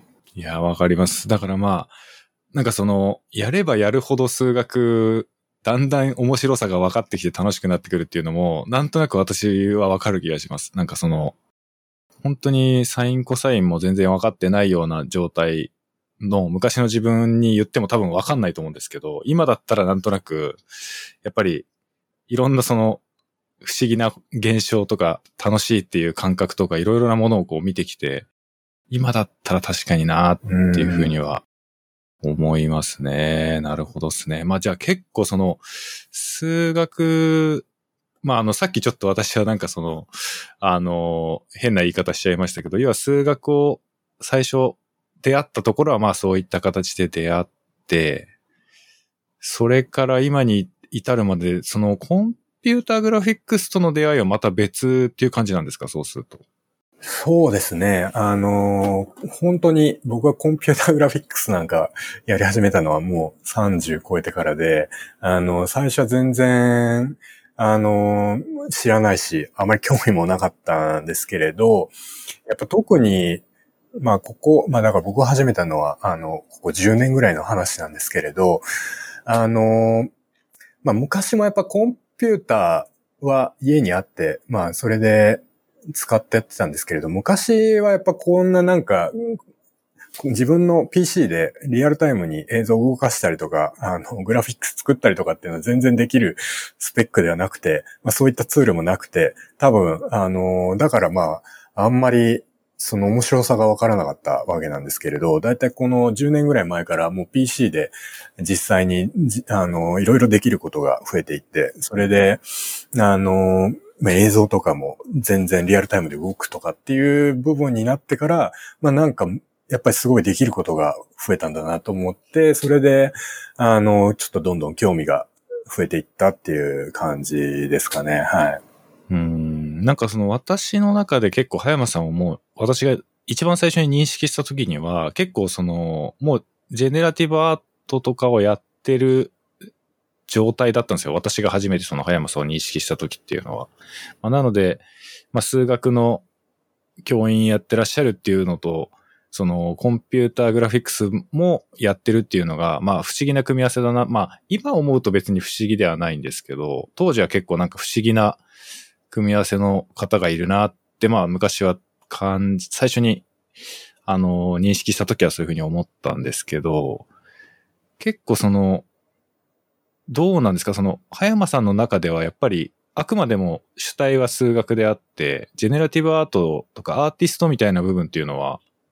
いや、わかります。だからまあ、なんかその、やればやるほど数学、だんだん面白さが分かってきて楽しくなってくるっていうのも、なんとなく私はわかる気がします。なんかその、本当にサインコサインも全然分かってないような状態の昔の自分に言っても多分分かんないと思うんですけど、今だったらなんとなく、やっぱりいろんなその不思議な現象とか楽しいっていう感覚とかいろいろなものをこう見てきて、今だったら確かになっていうふうには思いますね。なるほどですね。まあじゃあ結構その数学、まああのさっきちょっと私はなんかその、あの変な言い方しちゃいましたけど、要は数学を最初出会ったところはまあそういった形で出会って、それから今に至るまでそのコンピューターグラフィックスとの出会いはまた別っていう感じなんですか、そうすると。
そうですね。あの、本当に僕はコンピューターグラフィックスなんかやり始めたのはもうさんじゅう超えてからで、あの、最初は全然、あの、知らないし、あまり興味もなかったんですけれど、やっぱ特に、まあここ、まあだから僕が始めたのは、あの、ここじゅうねんぐらいの話なんですけれど、あの、まあ昔もやっぱコンピューターは家にあって、まあそれで使ってやってたんですけれど、昔はやっぱこんななんか、自分の ピーシー でリアルタイムに映像を動かしたりとか、あの、グラフィックス作ったりとかっていうのは全然できるスペックではなくて、まあそういったツールもなくて、多分、あの、だからまあ、あんまり、その面白さがわからなかったわけなんですけれど、だいたいこのじゅうねんぐらい前からもう ピーシー で実際に、あの、いろいろできることが増えていって、それで、あの、映像とかも全然リアルタイムで動くとかっていう部分になってから、まあなんか、やっぱりすごいできることが増えたんだなと思って、それで、あの、ちょっとどんどん興味が増えていったっていう感じですかね。はい。
うーん。なんかその私の中で結構葉山さんをもう、私が一番最初に認識した時には、結構その、もうジェネラティブアートとかをやってる状態だったんですよ。私が初めてその葉山さんを認識した時っていうのは。まあ、なので、まあ数学の教員やってらっしゃるっていうのと、そのコンピューターグラフィックスもやってるっていうのが、まあ不思議な組み合わせだな。まあ今思うと別に不思議ではないんですけど、当時は結構なんか不思議な組み合わせの方がいるなって、まあ昔は感じ、最初にあの認識した時はそういうふうに思ったんですけど、結構その、どうなんですか、その葉山さんの中ではやっぱりあくまでも主体は数学であって、ジェネラティブアートとかアーティストみたいな部分っていうのは、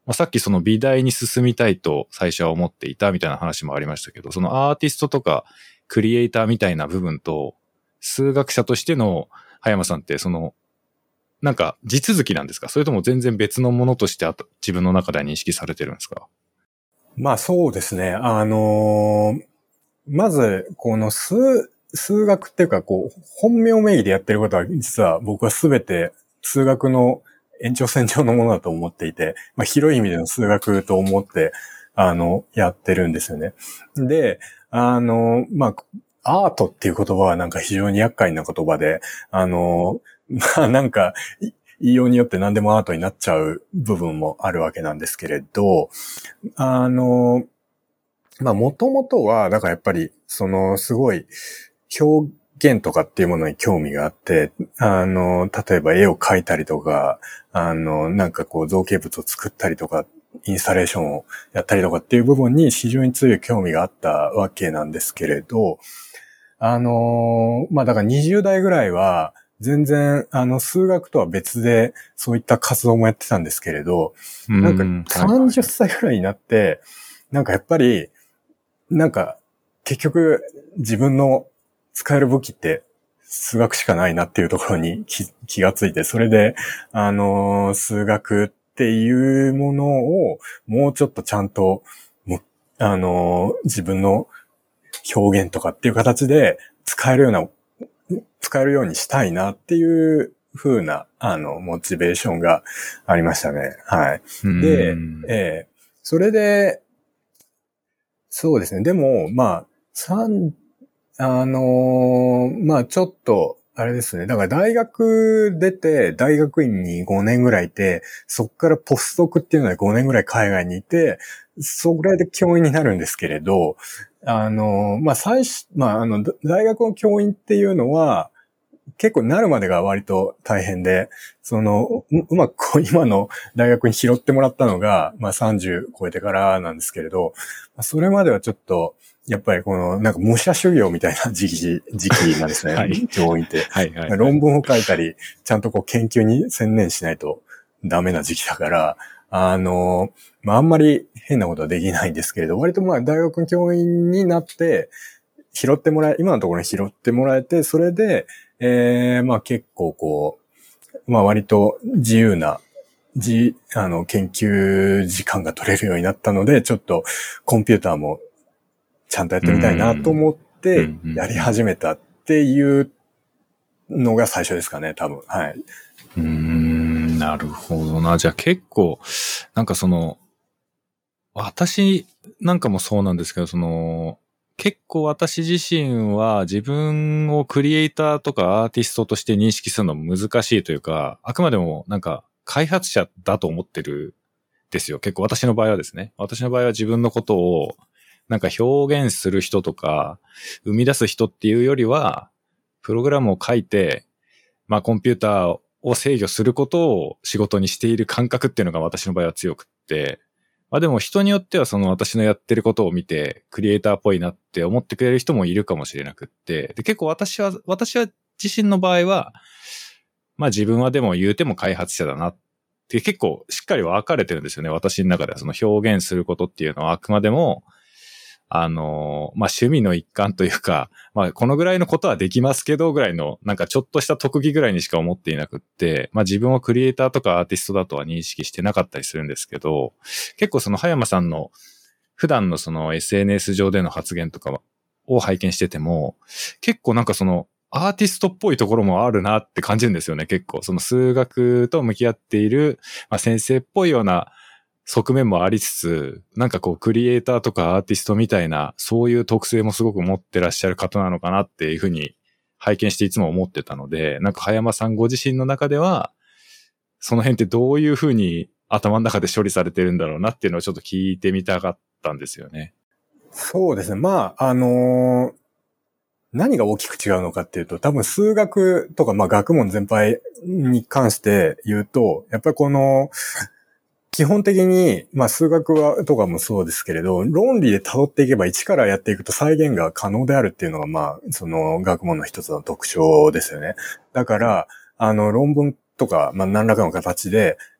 まあ、さっきその美大に進みたいと最初は思っていたみたいな話もありましたけど、そのアーティストとかクリエイターみたいな部分と、数学者としての葉山さんってその、なんか地続きなんですか？それとも全然別のものとして自分の中では認識されてるんですか？
まあそうですね。あのー、まず、この数、数学っていうか、こう、本名名義でやってることは、実は僕はすべて数学の延長線上のものだと思っていて、まあ広い意味での数学と思って、あの、やってるんですよね。で、あの、まあ、アートっていう言葉はなんか非常に厄介な言葉で、あの、まあなんか、言いようによって何でもアートになっちゃう部分もあるわけなんですけれど、あの、まあ、もともとは、だからやっぱり、その、すごい、表現とかっていうものに興味があって、あの、例えば絵を描いたりとか、あの、なんかこう、造形物を作ったりとか、インスタレーションをやったりとかっていう部分に非常に強い興味があったわけなんですけれど、あの、まあ、だからにじゅう代ぐらいは、全然、あの、数学とは別で、そういった活動もやってたんですけれど、なんかさんじゅっさいぐらいになって、なんかやっぱり、なんか、結局、自分の使える武器って数学しかないなっていうところに 気, 気がついて、それで、あのー、数学っていうものをもうちょっとちゃんと、あのー、自分の表現とかっていう形で使えるような、使えるようにしたいなっていう風な、あの、モチベーションがありましたね。はい。で、えー、それで、そうですね。でも、まあ、三、あのー、まあちょっと、あれですね。だから大学出て、大学院にごねんぐらいいて、そっからポスドクっていうのでごねんぐらい海外にいて、そぐらいで教員になるんですけれど、あのー、まあ最初、まああの、大学の教員っていうのは、結構なるまでが割と大変で、その、う, うまくこう今の大学に拾ってもらったのが、まあさんじゅう超えてからなんですけれど、それまではちょっと、やっぱりこの、なんか模写修行みたいな時期、時期なんですね。はい。教員って。はいはい、はい。論文を書いたり、ちゃんとこう研究に専念しないとダメな時期だから、あの、まああんまり変なことはできないんですけれど、割とまあ大学の教員になって、拾ってもらえ、今のところに拾ってもらえて、それで、えー、まあ結構こう、まあ割と自由な、じ、あの、研究時間が取れるようになったので、ちょっとコンピューターもちゃんとやってみたいなと思ってやり始めたっていうのが最初ですかね、多分。はい。
うーん、なるほどな。じゃあ結構、なんかその、私なんかもそうなんですけど、その、結構私自身は自分をクリエイターとかアーティストとして認識するの難しいというか、あくまでもなんか開発者だと思ってるんですよ。結構私の場合はですね。私の場合は自分のことをなんか表現する人とか生み出す人っていうよりは、プログラムを書いて、まあコンピューターを制御することを仕事にしている感覚っていうのが私の場合は強くって、まあでも人によってはその私のやってることを見てクリエイターっぽいなって思ってくれる人もいるかもしれなくって、で結構私は、私は自身の場合は、まあ自分はでも言うても開発者だなって結構しっかり分かれてるんですよね。私の中ではその表現することっていうのはあくまでも、あの、まあ、趣味の一環というか、まあ、このぐらいのことはできますけど、ぐらいの、なんかちょっとした特技ぐらいにしか思っていなくって、まあ、自分をクリエイターとかアーティストだとは認識してなかったりするんですけど、結構その葉山さんの普段のその エスエヌエス 上での発言とかを拝見してても、結構なんかその、アーティストっぽいところもあるなって感じるんですよね、結構。その数学と向き合っている、まあ、先生っぽいような側面もありつつ、なんかこうクリエイターとかアーティストみたいな、そういう特性もすごく持ってらっしゃる方なのかなっていうふうに拝見していつも思ってたので、なんか葉山さんご自身の中では、その辺ってどういうふうに頭の中で処理されてるんだろうなっていうのをちょっと聞いてみたかったんですよね。
そうですね。まあ、あのー、何が大きく違うのかっていうと、多分数学とか、まあ学問全般に関して言うと、やっぱりこの、基本的に、まあ数学はとかもそうですけれど、論理で辿っていけば一からやっていくと再現が可能であるっていうのが、まあ、その学問の一つの特徴ですよね。だから、あの論文とか、まあ何らかの形で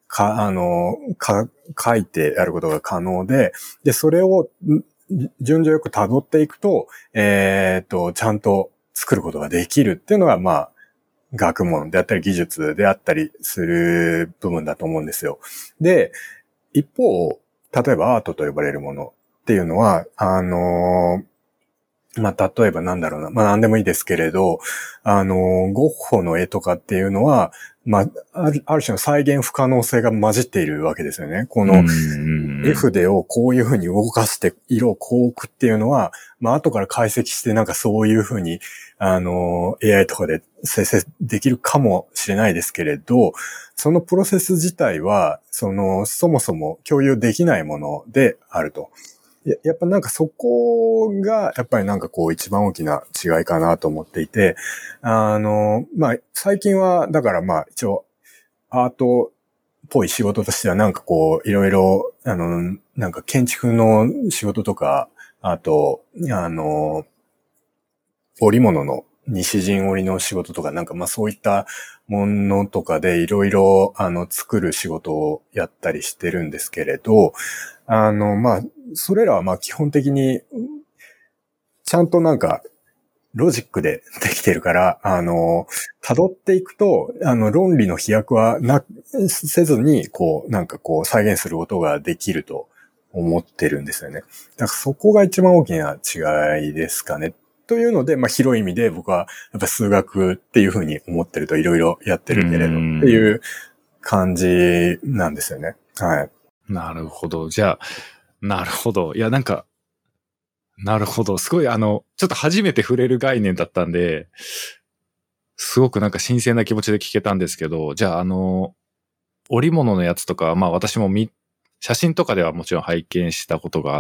か、あの、か、書いてやることが可能で、で、それを順序よく辿っていくと、えっと、ちゃんと作ることができるっていうのが、まあ、学問であったり技術であったりする部分だと思うんですよ。で、一方、例えばアートと呼ばれるものっていうのは、あの、まあ、例えばなんだろうな。まあ、なんでもいいですけれど、あの、ゴッホの絵とかっていうのは、まあ、ある、ある種の再現不可能性が混じっているわけですよね。この絵筆をこういう風に動かして色をこう置くっていうのは、まあ、後から解析してなんかそういう風に、あの、エーアイ とかで生成できるかもしれないですけれど、そのプロセス自体は、その、そもそも共有できないものであると。や, やっぱなんかそこが、やっぱりなんかこう一番大きな違いかなと思っていて、あの、まあ、最近は、だからまあ一応、アートっぽい仕事としてはなんかこう、いろいろ、あの、なんか建築の仕事とか、あと、あの、織物の西陣織の仕事とか、なんかまあそういったものとかでいろいろ、あの、作る仕事をやったりしてるんですけれど、あの、まあ、それらはまあ基本的に、ちゃんとなんか、ロジックでできてるから、あの、辿っていくと、あの、論理の飛躍はな、せずに、こう、なんかこう、再現することができると思ってるんですよね。だからそこが一番大きな違いですかね。というので、まあ、広い意味で僕は、やっぱ数学っていうふうに思ってるといろいろやってるけれど、っていう感じなんですよね。はい。
なるほど。じゃあ、なるほど。いや、なんか、なるほど。すごい、あの、ちょっと初めて触れる概念だったんで、すごくなんか新鮮な気持ちで聞けたんですけど、じゃあ、あの、織物のやつとか、まあ私もみ、写真とかではもちろん拝見したことがあって、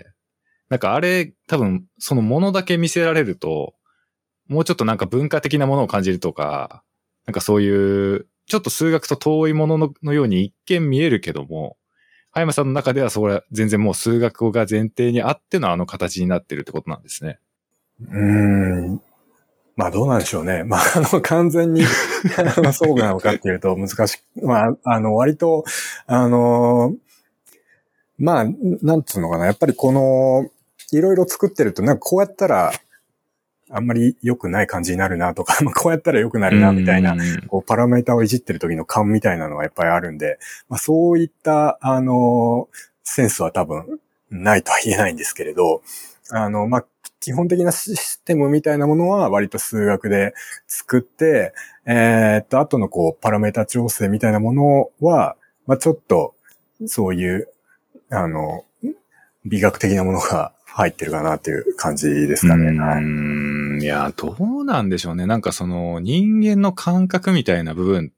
なんかあれ、多分、そのものだけ見せられると、もうちょっとなんか文化的なものを感じるとか、なんかそういう、ちょっと数学と遠いもの の, のように一見見えるけども、葉山さんの中ではそれは全然もう数学が前提にあってのあの形になってるってことなんですね。
うーん。まあどうなんでしょうね。まああの完全にそうなのかっていうと難しく、まああの割と、あの、まあなんつうのかな。やっぱりこの、いろいろ作ってるとなんかこうやったらあんまり良くない感じになるなとか、まあこうやったら良くなるなみたいな、こうパラメータをいじってる時の勘みたいなのがやっぱりあるんで、まあそういったあの、センスは多分ないとは言えないんですけれど、あの、まあ、基本的なシステムみたいなものは割と数学で作って、えー、っと、後のこう、パラメータ調整みたいなものは、まあ、ちょっと、そういう、あの、美学的なものが入ってるかなっていう感じですかね。
うーん、いや、どうなんでしょうね。なんかその人間の感覚みたいな部分って、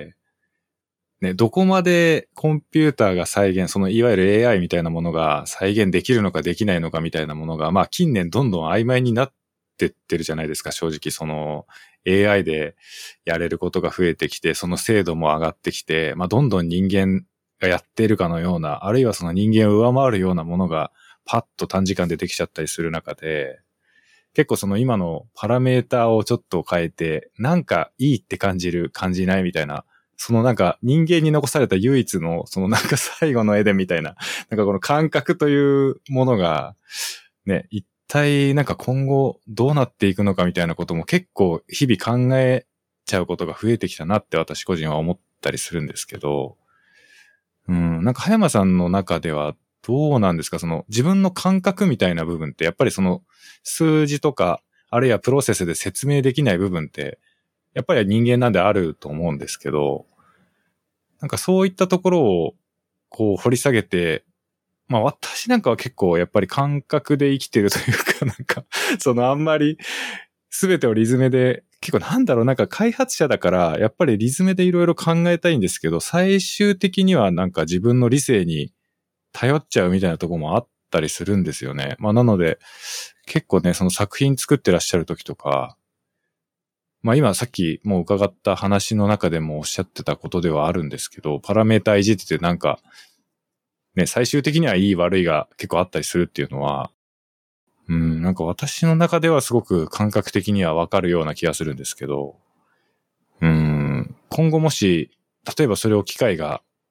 ね、どこまでコンピューターが再現、そのいわゆる エーアイ みたいなものが再現できるのかできないのかみたいなものが、まあ近年どんどん曖昧になってってるじゃないですか、正直。その エーアイ でやれることが増えてきて、その精度も上がってきて、まあどんどん人間がやっているかのような、あるいはその人間を上回るようなものがパッと短時間でできちゃったりする中で、結構その今のパラメーターをちょっと変えて、なんかいいって感じる、感じないみたいな、そのなんか人間に残された唯一のそのなんか最後の絵でみたいな、なんかこの感覚というものがね、一体なんか今後どうなっていくのかみたいなことも結構日々考えちゃうことが増えてきたなって私個人は思ったりするんですけど、うん、なんか葉山さんの中ではどうなんですか、その自分の感覚みたいな部分ってやっぱりその数字とかあるいはプロセスで説明できない部分ってやっぱり人間なんであると思うんですけど、なんかそういったところをこう掘り下げて、まあ私なんかは結構やっぱり感覚で生きてるというか、なんかそのあんまり全てをリズムで、結構なんだろう、なんか開発者だからやっぱりリズムでいろいろ考えたいんですけど、最終的にはなんか自分の理性に頼っちゃうみたいなところもあったりするんですよね。まあなので結構ね、その作品作ってらっしゃる時とか、まあ今さっきもう伺った話の中でもおっしゃってたことではあるんですけど、パラメータいじっててなんか、ね、最終的にはいい悪いが結構あったりするっていうのは、うん、なんか私の中ではすごく感覚的にはわかるような気がするんですけど、うん、今後もし、例えばそれを機械が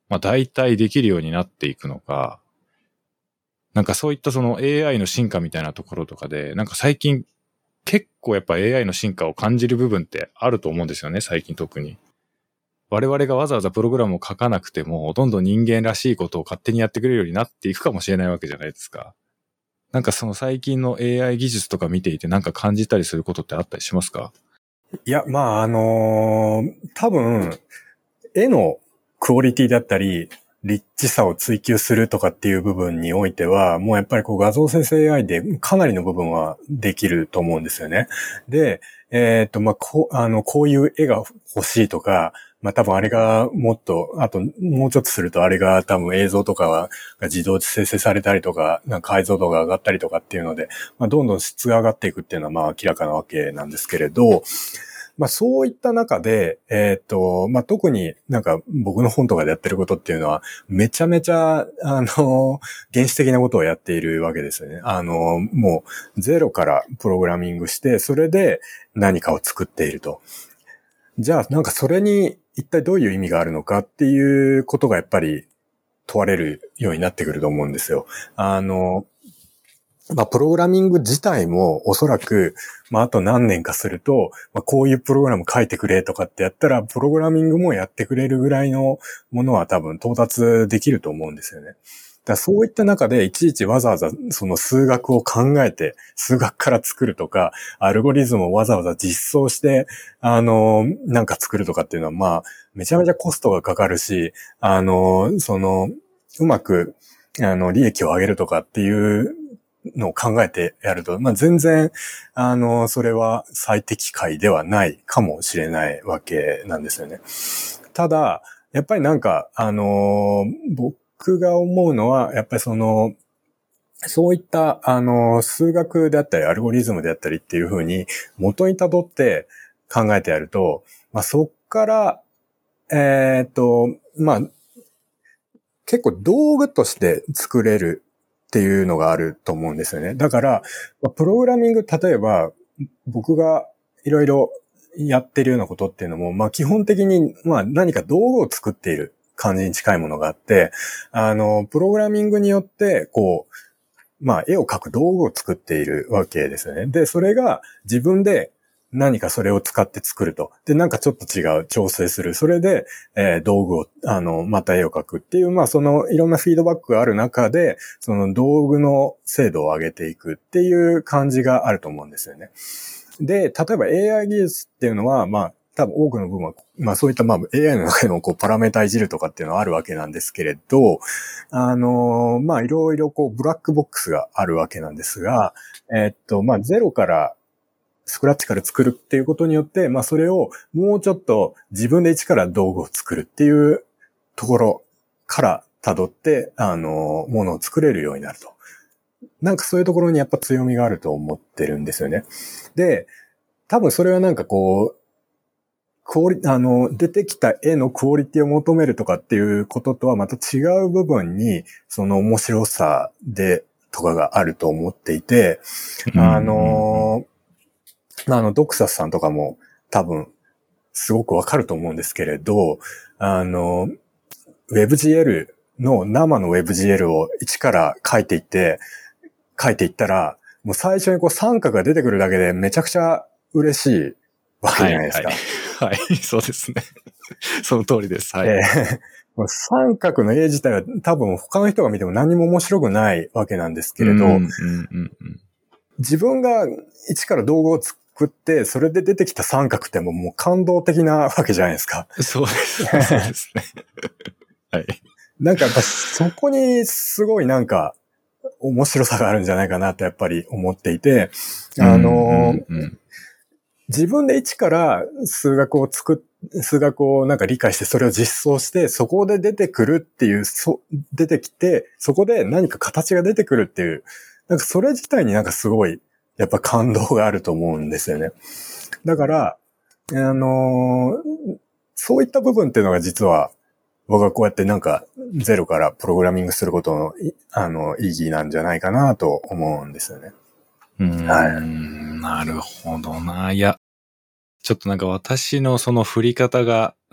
まあ大体できるようになっていくのか、なんかそういったその エーアイ の進化みたいなところとかで、なんか最近結構やっぱ エーアイ の進化を感じる部分ってあると思うんですよね、最近特に。我々がわざわざプログラムを書かなくても、どんどん人間らしいことを勝手にやってくれるようになっていくかもしれないわけじゃないですか。なんかその最近の エーアイ 技術とか見ていてなんか感じたりすることってあったりしますか？
いや、まあ、あのー多分、絵のクオリティだったり、リッチさを追求するとかっていう部分においては、もうやっぱりこう画像生成 エーアイ でかなりの部分はできると思うんですよね。で、えっと、まあ、こう、あの、こういう絵が欲しいとか、まあ、多分あれがもっと、あともうちょっとするとあれが多分映像とかが自動で生成されたりとか、なんか解像度が上がったりとかっていうので、まあ、どんどん質が上がっていくっていうのはまあ明らかなわけなんですけれど、まあそういった中で、えっと、まあ特になんか僕の本とかでやってることっていうのは、めちゃめちゃ、あの、原始的なことをやっているわけですよね。あの、もうゼロからプログラミングして、それで何かを作っていると。じゃあなんかそれに一体どういう意味があるのかっていうことがやっぱり問われるようになってくると思うんですよ。あの、まあ、プログラミング自体もおそらく、まあ、あと何年かすると、まあ、こういうプログラム書いてくれとかってやったら、プログラミングもやってくれるぐらいのものは多分到達できると思うんですよね。だからそういった中でいちいちわざわざその数学を考えて、数学から作るとか、アルゴリズムをわざわざ実装して、あの、なんか作るとかっていうのは、まあ、めちゃめちゃコストがかかるし、あの、その、うまく、あの、利益を上げるとかっていうのを考えてやると、まあ、全然、あの、それは最適解ではないかもしれないわけなんですよね。ただ、やっぱりなんか、あの、僕が思うのは、やっぱりその、そういった、あの、数学であったり、アルゴリズムであったりっていう風に、元に辿って考えてやると、まあ、そっから、えっと、まあ、結構道具として作れるっていうのがあると思うんですよね。だから、プログラミング、例えば、僕がいろいろやってるようなことっていうのも、まあ基本的に、まあ何か道具を作っている感じに近いものがあって、あの、プログラミングによって、こう、まあ絵を描く道具を作っているわけですよね。で、それが自分で何かそれを使って作ると。で、なんかちょっと違う、調整する。それで、えー、道具を、あの、また絵を描くっていう、まあそのいろんなフィードバックがある中で、その道具の精度を上げていくっていう感じがあると思うんですよね。で、例えば エーアイ 技術っていうのは、まあ多分多くの部分は、まあそういったまあ エーアイ の中のこうパラメータいじるとかっていうのはあるわけなんですけれど、あの、まあいろいろこうブラックボックスがあるわけなんですが、えー、っと、まあゼロからスクラッチから作るっていうことによって、まあそれをもうちょっと自分で一から道具を作るっていうところから辿って、あの、ものを作れるようになると。なんかそういうところにやっぱ強みがあると思ってるんですよね。で、多分それはなんかこう、クオリ、あの、出てきた絵のクオリティを求めるとかっていうこととはまた違う部分に、その面白さで、とかがあると思っていて、あの、あの、ドクサスさんとかも多分すごくわかると思うんですけれど、あの、WebGL の生の WebGL を一から書いていって、書いていったら、もう最初にこう三角が出てくるだけでめちゃくちゃ嬉しいわけじゃないですか。
はい、はい。はい、そうですね。その通りです。はい。
えー、三角の絵自体は多分他の人が見ても何も面白くないわけなんですけれど、うんうんうんうん、自分が一から道具を作作って、それで出てきた三角ってもうもう感動的なわけじゃないですか。
そうです。そうですね。はい。
なんかやっぱそこにすごいなんか面白さがあるんじゃないかなとやっぱり思っていて、あの、うんうんうん、自分で一から数学を作っ、数学をなんか理解してそれを実装して、そこで出てくるっていう、そ出てきて、そこで何か形が出てくるっていう、なんかそれ自体になんかすごいやっぱ感動があると思うんですよね。だから、あのー、そういった部分っていうのが実は、僕はこうやってなんかゼロからプログラミングすることの、あの、意義なんじゃないかなと思うんですよね。
うーん、はい、なるほどな。いや、ちょっとなんか私のその振り方が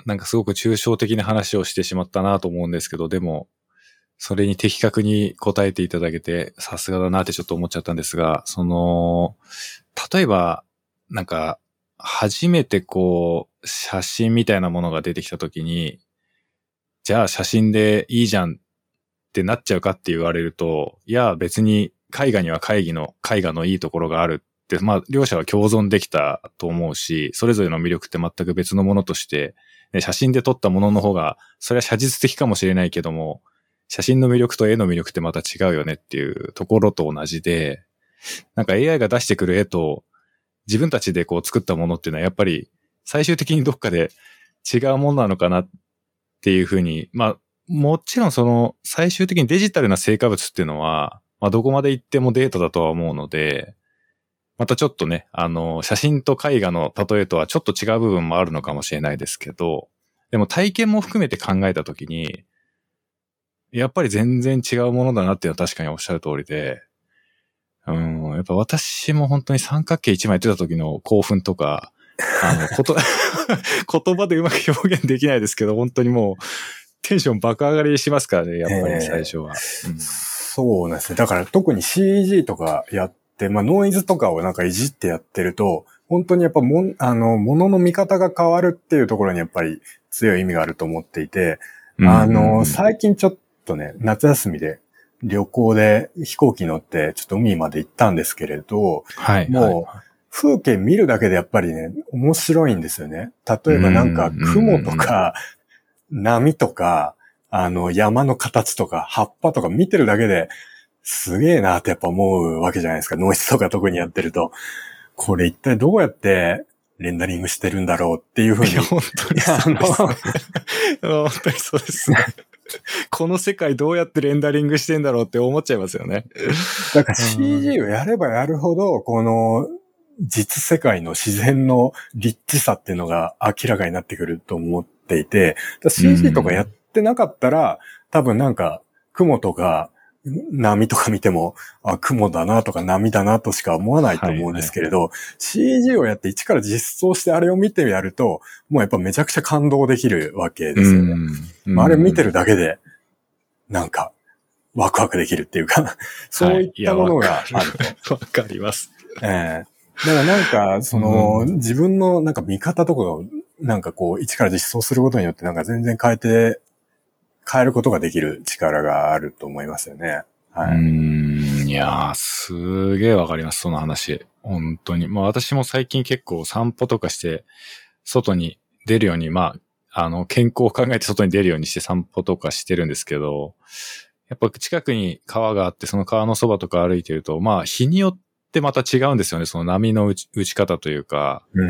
なんかすごく抽象的な話をしてしまったなと思うんですけど、でも、それに的確に答えていただけて、さすがだなってちょっと思っちゃったんですが、その、例えば、なんか、初めてこう、写真みたいなものが出てきたときに、じゃあ写真でいいじゃんってなっちゃうかって言われると、いや別に絵画には絵画の、絵画のいいところがあるって、まあ両者は共存できたと思うし、それぞれの魅力って全く別のものとして、ね、写真で撮ったものの方が、それは写実的かもしれないけども、写真の魅力と絵の魅力ってまた違うよねっていうところと同じで、なんか エーアイ が出してくる絵と自分たちでこう作ったものっていうのはやっぱり最終的にどっかで違うものなのかなっていうふうに、まあもちろんその最終的にデジタルな成果物っていうのは、まあどこまで行ってもデータだとは思うので、またちょっとね、あの写真と絵画の例えとはちょっと違う部分もあるのかもしれないですけど、でも体験も含めて考えたときに、やっぱり全然違うものだなっていうのは確かにおっしゃる通りで、うん、やっぱ私も本当に三角形一枚出た時の興奮とか、あの、こと言葉でうまく表現できないですけど、本当にもうテンション爆上がりしますからね、やっぱり最初は。
えーうん、そうなんですね。だから特に シージー とかやって、まあノイズとかをなんかいじってやってると、本当にやっぱもん、あの、ものの見方が変わるっていうところにやっぱり強い意味があると思っていて、あの、最近ちょっとね、夏休みで旅行で飛行機乗ってちょっと海まで行ったんですけれど、はい、もう風景見るだけでやっぱりね、面白いんですよね。例えばなんか雲とか波とか、あの山の形とか葉っぱとか見てるだけですげえなってやっぱ思うわけじゃないですか。ノイズとか特にやってると。これ一体どうやってレンダリングしてるんだろうっていうふうに。
本当にそうですね。本当にそうですね。この世界どうやってレンダリングしてんだろうって思っちゃいますよね。
だから シージー をやればやるほど、この実世界の自然の立地さっていうのが明らかになってくると思っていて、シージー とかやってなかったら、多分なんか雲とか波とか見ても、あ、雲だなとか波だなとしか思わないと思うんですけれど、はいはい、シージー をやって一から実装してあれを見てやると、もうやっぱめちゃくちゃ感動できるわけですよね。まあ、あれ見てるだけで、なんか、ワクワクできるっていうか、そういったものがあると。
わかります。
ええー、だからなんか、その、うん、自分のなんか見方とかを、なんかこう、一から実装することによってなんか全然変えて、変えることができる力があると思いますよね。はい。
うーん、いやー、すげーわかります、その話。本当に。まあ私も最近結構散歩とかして、外に出るように、まあ、あの、健康を考えて外に出るようにして散歩とかしてるんですけど、やっぱ近くに川があって、その川のそばとか歩いてると、まあ日によってまた違うんですよね、その波の打ち、打ち方というか、
うん、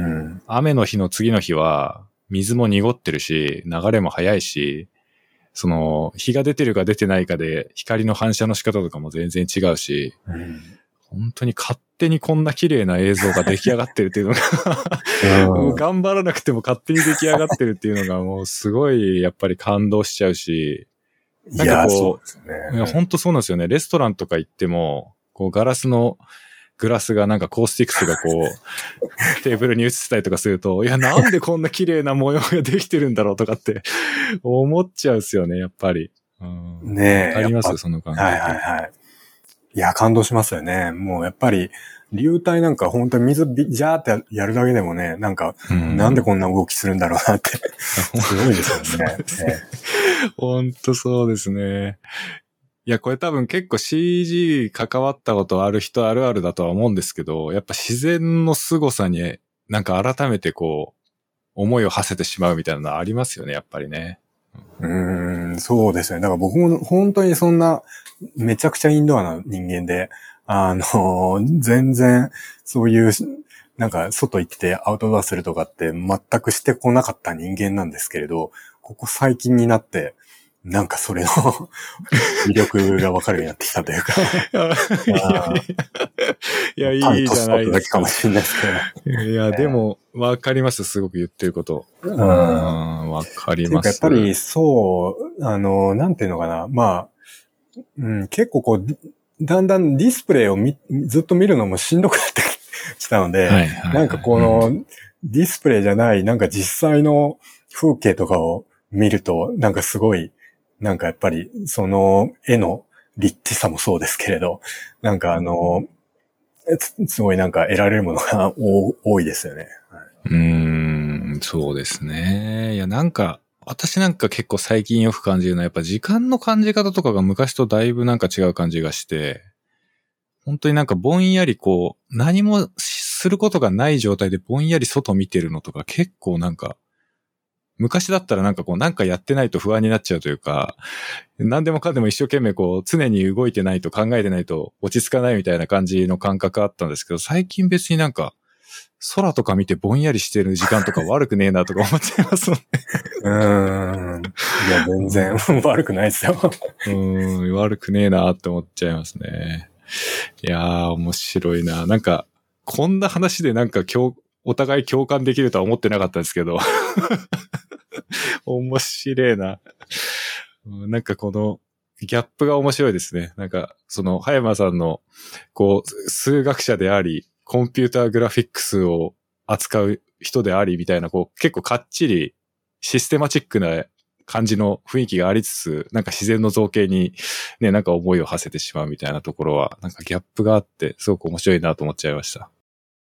雨の日の次の日は、水も濁ってるし、流れも速いし、その、日が出てるか出てないかで、光の反射の仕方とかも全然違うし、うん、本当に勝手にこんな綺麗な映像が出来上がってるっていうのが、もう頑張らなくても勝手に出来上がってるっていうのがもうすごいやっぱり感動しちゃうし、なんかこう、
そうですね、
いや本当そうなんですよね。レストランとか行っても、こうガラスのグラスがなんかコースティックスがこうテーブルに映ってたりとかすると、いやなんでこんな綺麗な模様ができてるんだろうとかって思っちゃうですよね、やっぱり。うん、
ねえ。
ありますその感覚。
はいはいはい。いや、感動しますよね。もうやっぱり、流体なんか本当に水ビジャーってやるだけでもね、なんか、うん、なんでこんな動きするんだろうなって、すごいですよね。
本当そうですね。いや、これ多分結構 シージー 関わったことある人あるあるだとは思うんですけど、やっぱ自然の凄さになんか改めてこう、思いを馳せてしまうみたいなのありますよね、やっぱりね。
うーん、そうですね。だから僕も本当にそんな、めちゃくちゃインドアな人間で、あの、全然そういう、なんか外行ってアウトドアするとかって全くしてこなかった人間なんですけれど、ここ最近になって、なんかそれの魅力がわかるようになってきたというか。
いや、いや、いいじゃないですか。
だけかもしれないです
けど。いや、でも、わかります。すごく言ってること。うん、わかります。
やっぱり、そう、あの、なんていうのかな。まあ、うん、結構こう、だんだんディスプレイをみずっと見るのもしんどくなってきたので、はいはいはい、なんかこの、うん、ディスプレイじゃない、なんか実際の、 風景とかを見ると、なんかすごい、なんかやっぱり、その絵の立地さもそうですけれど、なんかあの、すごいなんか得られるものが多いですよね。はい、
うーん、そうですね。いや、なんか、私なんか結構最近よく感じるのは、やっぱ時間の感じ方とかが昔とだいぶなんか違う感じがして、本当になんかぼんやりこう、何もすることがない状態でぼんやり外見てるのとか結構なんか、昔だったらなんかこうなんかやってないと不安になっちゃうというか、何でもかんでも一生懸命こう常に動いてないと考えてないと落ち着かないみたいな感じの感覚あったんですけど、最近別になんか空とか見てぼんやりしてる時間とか悪くねえなとか思っちゃいますもんね。
うーん。いや、全然悪くないですよ。
うーん、悪くねえなって思っちゃいますね。いやー、面白いな。なんか、こんな話でなんか共、お互い共感できるとは思ってなかったですけど。面白いな。なんかこの、ギャップが面白いですね。なんか、その、葉山さんの、こう、数学者であり、コンピューターグラフィックスを扱う人でありみたいな、こう、結構かっちり、システマチックな感じの雰囲気がありつつ、なんか自然の造形にね、なんか思いを馳せてしまうみたいなところは、なんかギャップがあって、すごく面白いなと思っちゃいました。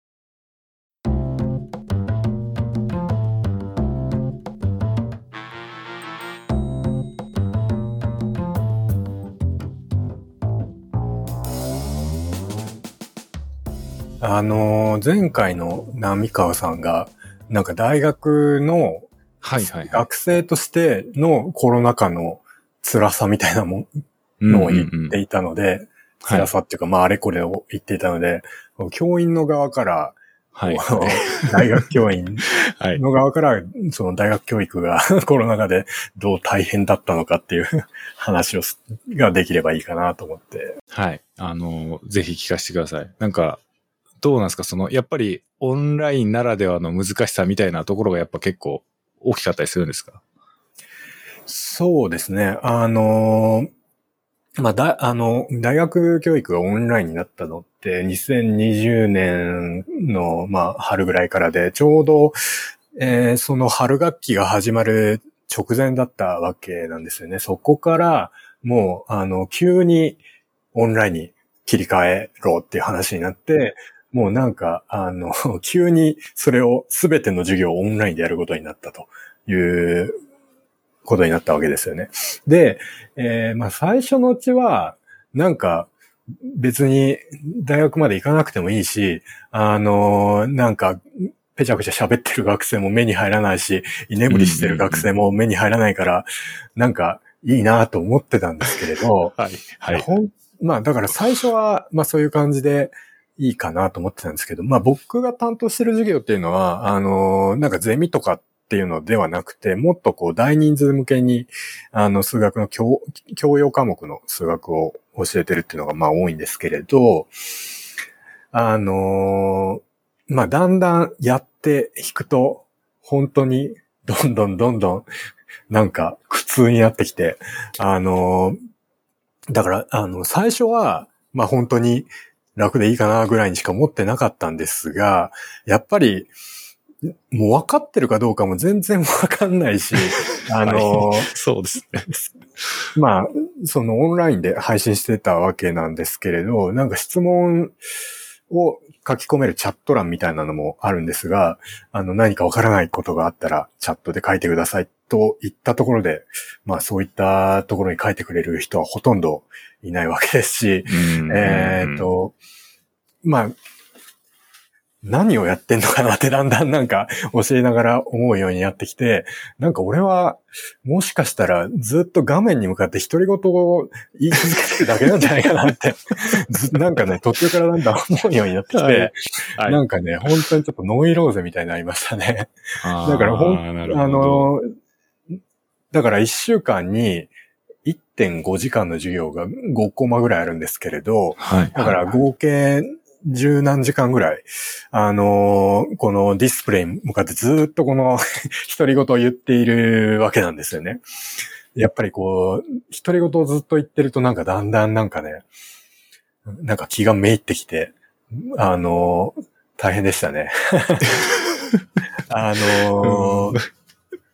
あの、前回の浪川さんが、なんか大学の、
はいはいはい、
学生としてのコロナ禍の辛さみたいなものを言っていたので、うんうんうん、辛さっていうか、はい、まああれこれを言っていたので、教員の側から、はい、大学教員の側から、その大学教育がコロナ禍でどう大変だったのかっていう話をができればいいかなと思って。
はい。あの、ぜひ聞かせてください。なんか、どうなんですかその、やっぱりオンラインならではの難しさみたいなところがやっぱ結構大きかったりするんですか？
そうですね。あの、まあ、だ、あの、大学教育がオンラインになったのってにせんにじゅうねんの、まあ、春ぐらいからで、ちょうど、えー、その春学期が始まる直前だったわけなんですよね。そこから、もう、あの、急にオンラインに切り替えろっていう話になって、もうなんか、あの、急にそれを全ての授業をオンラインでやることになったということになったわけですよね。で、えー、まあ最初のうちは、なんか別に大学まで行かなくてもいいし、あの、なんかぺちゃくちゃ喋ってる学生も目に入らないし、居眠りしてる学生も目に入らないから、なんかいいなと思ってたんですけれど、
はい、はい。
ほんまあだから最初は、まあそういう感じで、いいかなと思ってたんですけど、まあ僕が担当してる授業っていうのは、あの、なんかゼミとかっていうのではなくて、もっとこう大人数向けに、あの数学の教、教養科目の数学を教えてるっていうのがまあ多いんですけれど、あの、まあだんだんやっていくと、本当にどんどんどんどんなんか苦痛になってきて、あの、だから、あの、最初は、まあ本当に、楽でいいかなぐらいにしか思ってなかったんですが、やっぱり、もう分かってるかどうかも全然分かんないし、あの、
はい、そうですね。
まあ、そのオンラインで配信してたわけなんですけれど、なんか質問を書き込めるチャット欄みたいなのもあるんですが、あの何か分からないことがあったらチャットで書いてくださいと言ったところで、まあそういったところに書いてくれる人はほとんどいないわけですし、えっと、まあ、何をやってんのかなってだんだんなんか教えながら思うようになってきて、なんか俺はもしかしたらずっと画面に向かって独り言を言い続けてるだけなんじゃないかなってずなんかね途中からだんだん思うようになってきて、はいはい、なんかね本当にちょっとノイローゼみたいになりましたね。だからほんあのだからいっしゅうかんにいってんごじかんの授業がごコマぐらいあるんですけれど、はい、だから合計十何時間ぐらい、あのー、このディスプレイに向かってずっとこの独り言を言っているわけなんですよね。やっぱりこう、独り言をずっと言ってるとなんかだんだんなんかね、なんか気がめいってきて、あのー、大変でしたね。あのー、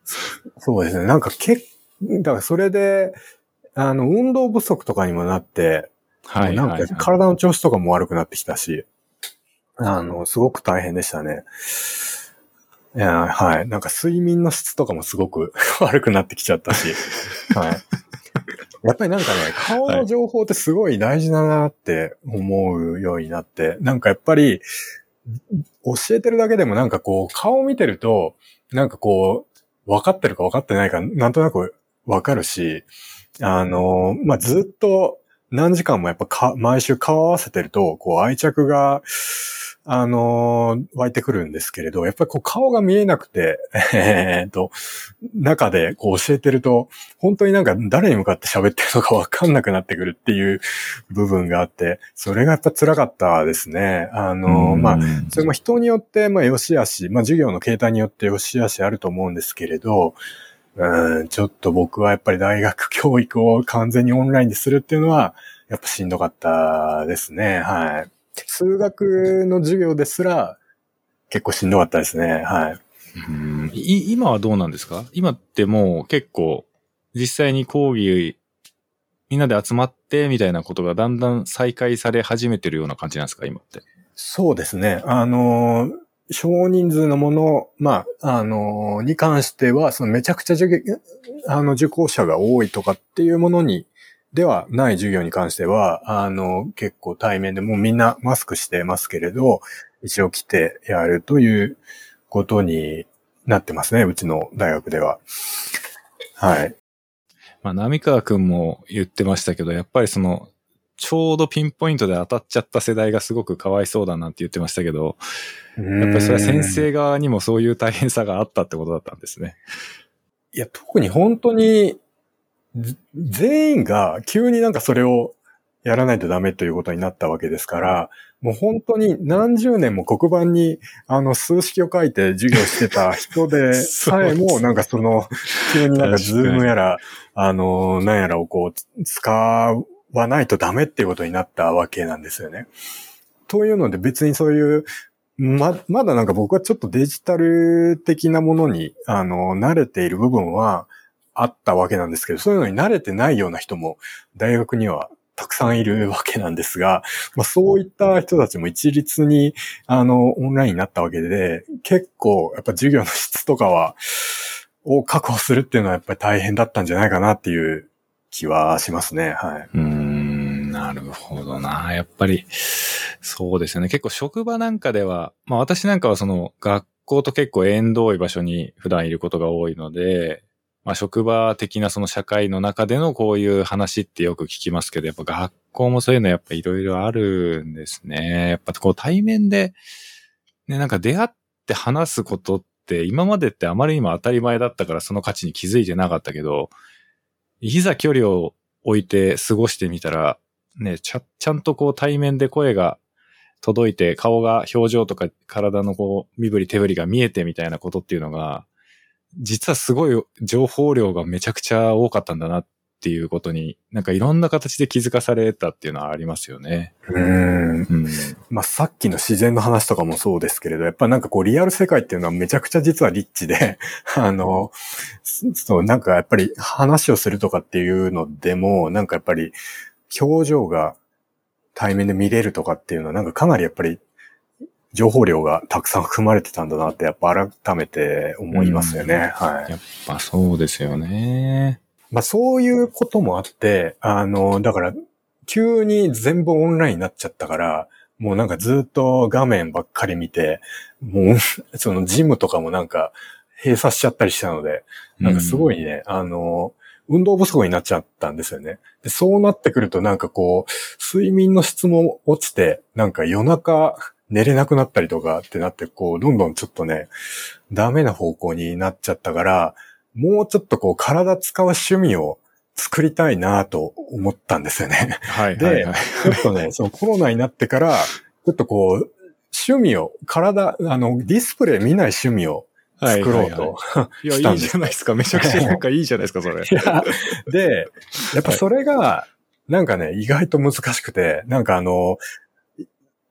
そうですね。なんかけだからそれで、あの、運動不足とかにもなって、はい、もうなんか体の調子とかも悪くなってきたし、あの、すごく大変でしたね。いや、はい。なんか睡眠の質とかもすごく悪くなってきちゃったし、はい。やっぱりなんかね、顔の情報ってすごい大事だなって思うようになって、はい、なんかやっぱり、教えてるだけでもなんかこう、顔を見てると、なんかこう、分かってるか分かってないか、なんとなく分かるし、あの、まあ、ずっと何時間もやっぱか毎週顔合わせてると、こう愛着が、あの、湧いてくるんですけれど、やっぱりこう顔が見えなくて、えーっと、中でこう教えてると、本当になんか誰に向かって喋ってるのか分かんなくなってくるっていう部分があって、それがやっぱ辛かったですね。あの、まあ、それも人によって、まあ、良し悪し、まあ、授業の形態によって良し悪しあると思うんですけれど、うん、ちょっと僕はやっぱり大学教育を完全にオンラインでするっていうのは、やっぱしんどかったですね。はい。数学の授業ですら結構しんどかったですね。はい。
うんい今はどうなんですか？今ってもう結構実際に講義みんなで集まってみたいなことがだんだん再開され始めてるような感じなんですか今って？
そうですね。あの、少人数のもの、まあ、あの、に関しては、そのめちゃくちゃ受験、あの、受講者が多いとかっていうものに、ではない授業に関しては、あの、結構対面でもうみんなマスクしてますけれど、一応来てやるということになってますね、うちの大学では。はい。
まあ、浪川くんも言ってましたけど、やっぱりその、ちょうどピンポイントで当たっちゃった世代がすごくかわいそうだなんて言ってましたけど、やっぱりそれは先生側にもそういう大変さがあったってことだったんですね。
いや、特に本当に、全員が急になんかそれをやらないとダメということになったわけですから、もう本当に何十年も黒板にあの数式を書いて授業してた人でさえもなんかその急になんかズームやらあの何やらをこう使わないとダメっていうことになったわけなんですよね。というので別にそういうま、まだなんか僕はちょっとデジタル的なものにあの慣れている部分はあったわけなんですけど、そういうのに慣れてないような人も大学にはたくさんいるわけなんですが、まあ、そういった人たちも一律にあのオンラインになったわけで、結構やっぱ授業の質とかはを確保するっていうのはやっぱり大変だったんじゃないかなっていう気はしますね。はい。
うーん、なるほどな。やっぱりそうですよね。結構職場なんかでは、まあ私なんかはその学校と結構縁遠い場所に普段いることが多いので、まあ職場的なその社会の中でのこういう話ってよく聞きますけど、やっぱ学校もそういうのやっぱいろいろあるんですね。やっぱこう対面で、ね、なんか出会って話すことって今までってあまりにも当たり前だったからその価値に気づいてなかったけど、いざ距離を置いて過ごしてみたら、ね、ちゃ、ちゃんとこう対面で声が届いて顔が表情とか体のこう身振り手振りが見えてみたいなことっていうのが、実はすごい情報量がめちゃくちゃ多かったんだなっていうことに、なんかいろんな形で気づかされたっていうのはありますよね。
うーん。うん、まあさっきの自然の話とかもそうですけれど、やっぱなんかこうリアル世界っていうのはめちゃくちゃ実はリッチで、あの、そうなんかやっぱり話をするとかっていうのでも、なんかやっぱり表情が対面で見れるとかっていうのはなんかかなりやっぱり情報量がたくさん含まれてたんだなってやっぱ改めて思いますよね。はい。
やっぱそうですよね。
まあそういうこともあって、あの、だから急に全部オンラインになっちゃったから、もうなんかずっと画面ばっかり見て、もうそのジムとかもなんか閉鎖しちゃったりしたので、なんかすごいね、うん、あの、運動不足になっちゃったんですよね。で、そうなってくるとなんかこう、睡眠の質も落ちて、なんか夜中、寝れなくなったりとかってなって、こう、どんどんちょっとね、ダメな方向になっちゃったから、もうちょっとこう、体使う趣味を作りたいなと思ったんですよね。
はいはいはい。
で、ちょっとね、そのコロナになってから、ちょっとこう、趣味を、体、あの、ディスプレイ見ない趣味を作ろうと、
はいはいはい、いや、いいじゃないですか。めちゃくちゃなんかいいじゃないですか、それ。
いやで、やっぱそれが、なんかね、意外と難しくて、なんかあの、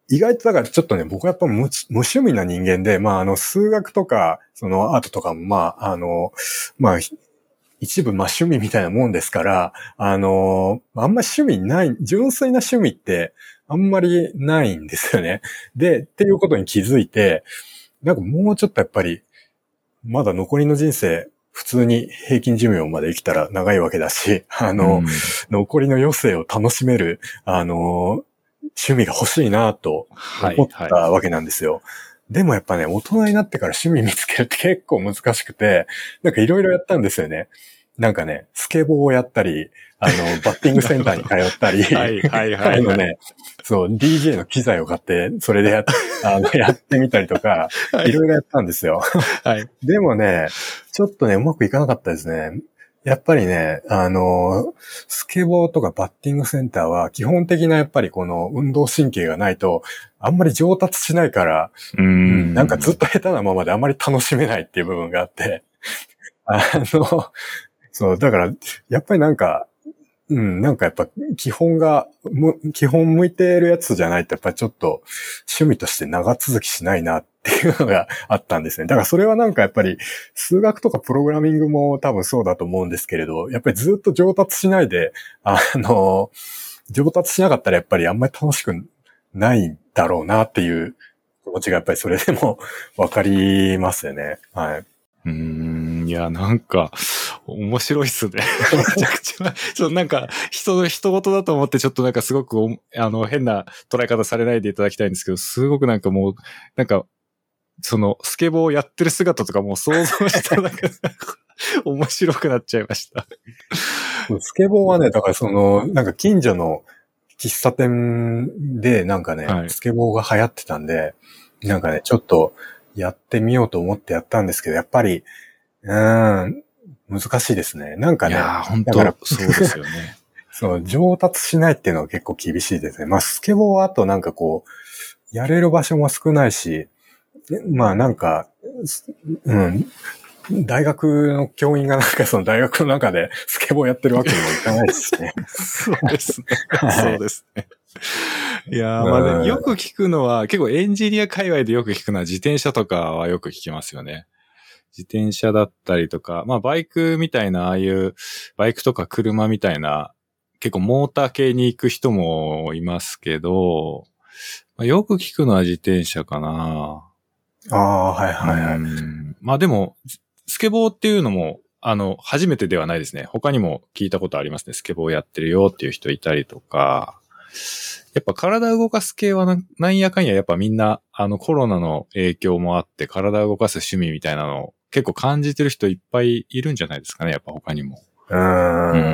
意外とだからちょっとね、僕はやっぱ無、無趣味な人間で、まああの、数学とか、そのアートとかも、まああの、まあ、一部まあ趣味みたいなもんですから、あの、あんま趣味ない、純粋な趣味ってあんまりないんですよね。で、っていうことに気づいて、なんかもうちょっとやっぱり、まだ残りの人生、普通に平均寿命まで生きたら長いわけだし、あの、うん、残りの余生を楽しめる、あの、趣味が欲しいなと思ったわけなんですよ。はいはい、でもやっぱね、大人になってから趣味見つけるって結構難しくて、なんかいろいろやったんですよね。なんかね、スケボーをやったり、あの、バッティングセンターに通ったり、はいはいはい、はい、あのね、そう、ディージェー の機材を買って、それでやっ、あのやってみたりとか、いろいろやったんですよ。はい。でもね、ちょっとね、うまくいかなかったですね。やっぱりね、あの、スケボーとかバッティングセンターは基本的なやっぱりこの運動神経がないと、あんまり上達しないから、うーん、なんかずっと下手なままであんまり楽しめないっていう部分があって、あの、そう、だから、やっぱりなんか、うん、なんかやっぱ基本が、基本向いてるやつじゃないとやっぱりちょっと趣味として長続きしないなっていうのがあったんですね。だからそれはなんかやっぱり数学とかプログラミングも多分そうだと思うんですけれど、やっぱりずっと上達しないで、あの、上達しなかったらやっぱりあんまり楽しくないんだろうなっていう気持ちがやっぱりそれでもわかりますよね。はい。
うーん、いや、なんか、面白いっすね。めちゃくちゃ、そうなんか、人の人事だと思ってちょっとなんかすごく、あの、変な捉え方されないでいただきたいんですけど、すごくなんかもう、なんか、その、スケボーをやってる姿とかもう想像しただけで、面白くなっちゃいました。
スケボーはね、だからその、なんか近所の喫茶店でなんかね、はい、スケボーが流行ってたんで、なんかね、ちょっとやってみようと思ってやったんですけど、やっぱり、うーん、難しいですね。なんかね。い
やー、本当だからそうですよね。
そう、上達しないっていうのは結構厳しいですね。まあ、スケボーはあとなんかこう、やれる場所も少ないし、まあなんか、うん、大学の教員がなんかその大学の中でスケボーやってるわけにもいかないですね。
そうですね。そうですね。いやー、まあね、よく聞くのは、結構エンジニア界隈でよく聞くのは自転車とかはよく聞きますよね。自転車だったりとか、まあバイクみたいな、ああいうバイクとか車みたいな、結構モーター系に行く人もいますけど、まあ、よく聞くのは自転車かな。
ああ、はいはいはい。
まあでも、スケボーっていうのも、あの、初めてではないですね。他にも聞いたことありますね。スケボーやってるよっていう人いたりとか、やっぱ体動かす系はな、なんやかんややっぱみんな、あのコロナの影響もあって体を動かす趣味みたいなのを結構感じてる人いっぱいいるんじゃないですかね。やっぱ他にも。
うーん。うん、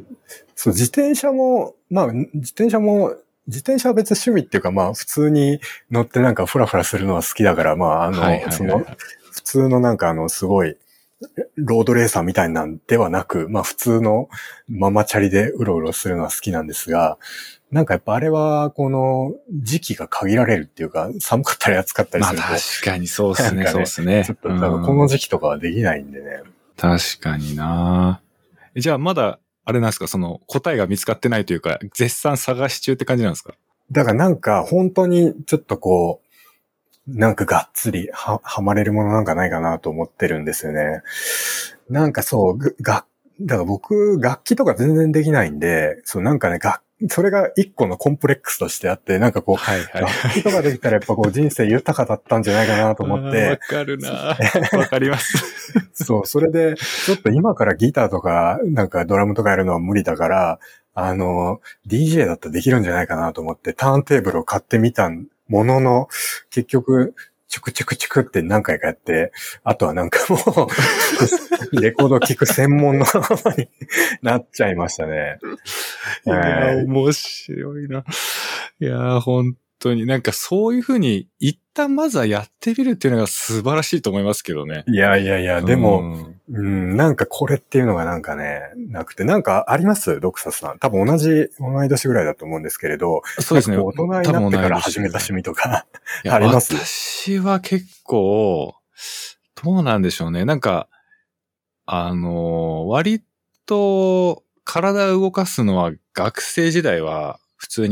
そう、自転車も、まあ、自転車も、自転車は別に趣味っていうか、まあ、普通に乗ってなんかフラフラするのは好きだから、まあ、あの、はいはいはいはい、その、普通のなんかあの、すごい、ロードレーサーみたいなんではなく、まあ普通のママチャリでうろうろするのは好きなんですが、なんかやっぱあれは、この時期が限られるっていうか、寒かったり暑かったりすると。
まあ確かにそうですね、ねそうですね。
ちょっと多分この時期とかはできないんでね。
確かにな。じゃあまだ、あれなんですか、その答えが見つかってないというか、絶賛探し中って感じなんですか？
だからなんか本当にちょっとこう、なんかがっつりは、はまれるものなんかないかなと思ってるんですよね。なんかそう、が、だから僕、楽器とか全然できないんで、そうなんかね、楽それが一個のコンプレックスとしてあって、なんかこう、はいはい、楽器とかできたらやっぱこう人生豊かだったんじゃないかなと思って。
わかるなわかります。
そう、それで、ちょっと今からギターとか、なんかドラムとかやるのは無理だから、あの、ディージェー だったらできるんじゃないかなと思って、ターンテーブルを買ってみたものの、結局、チュクチュクチュクって何回かやって、あとはなんかもう、レコード聴く専門のものになっちゃいましたね。
いやー、面白いな。いやー、本当になんかそういうふうに一旦まずはやってみるっていうのが素晴らしいと思いますけどね。
いやいやいや、でも、うん、うん、なんかこれっていうのがなんかね、なくて、なんかありますドクサスさん。多分同じ、同い年ぐらいだと思うんですけれど。
そうですね。
大人になってから始めた趣味とかあります？
私は結構、どうなんでしょうね。なんか、あの、割と体を動かすのは学生時代は普通にやっ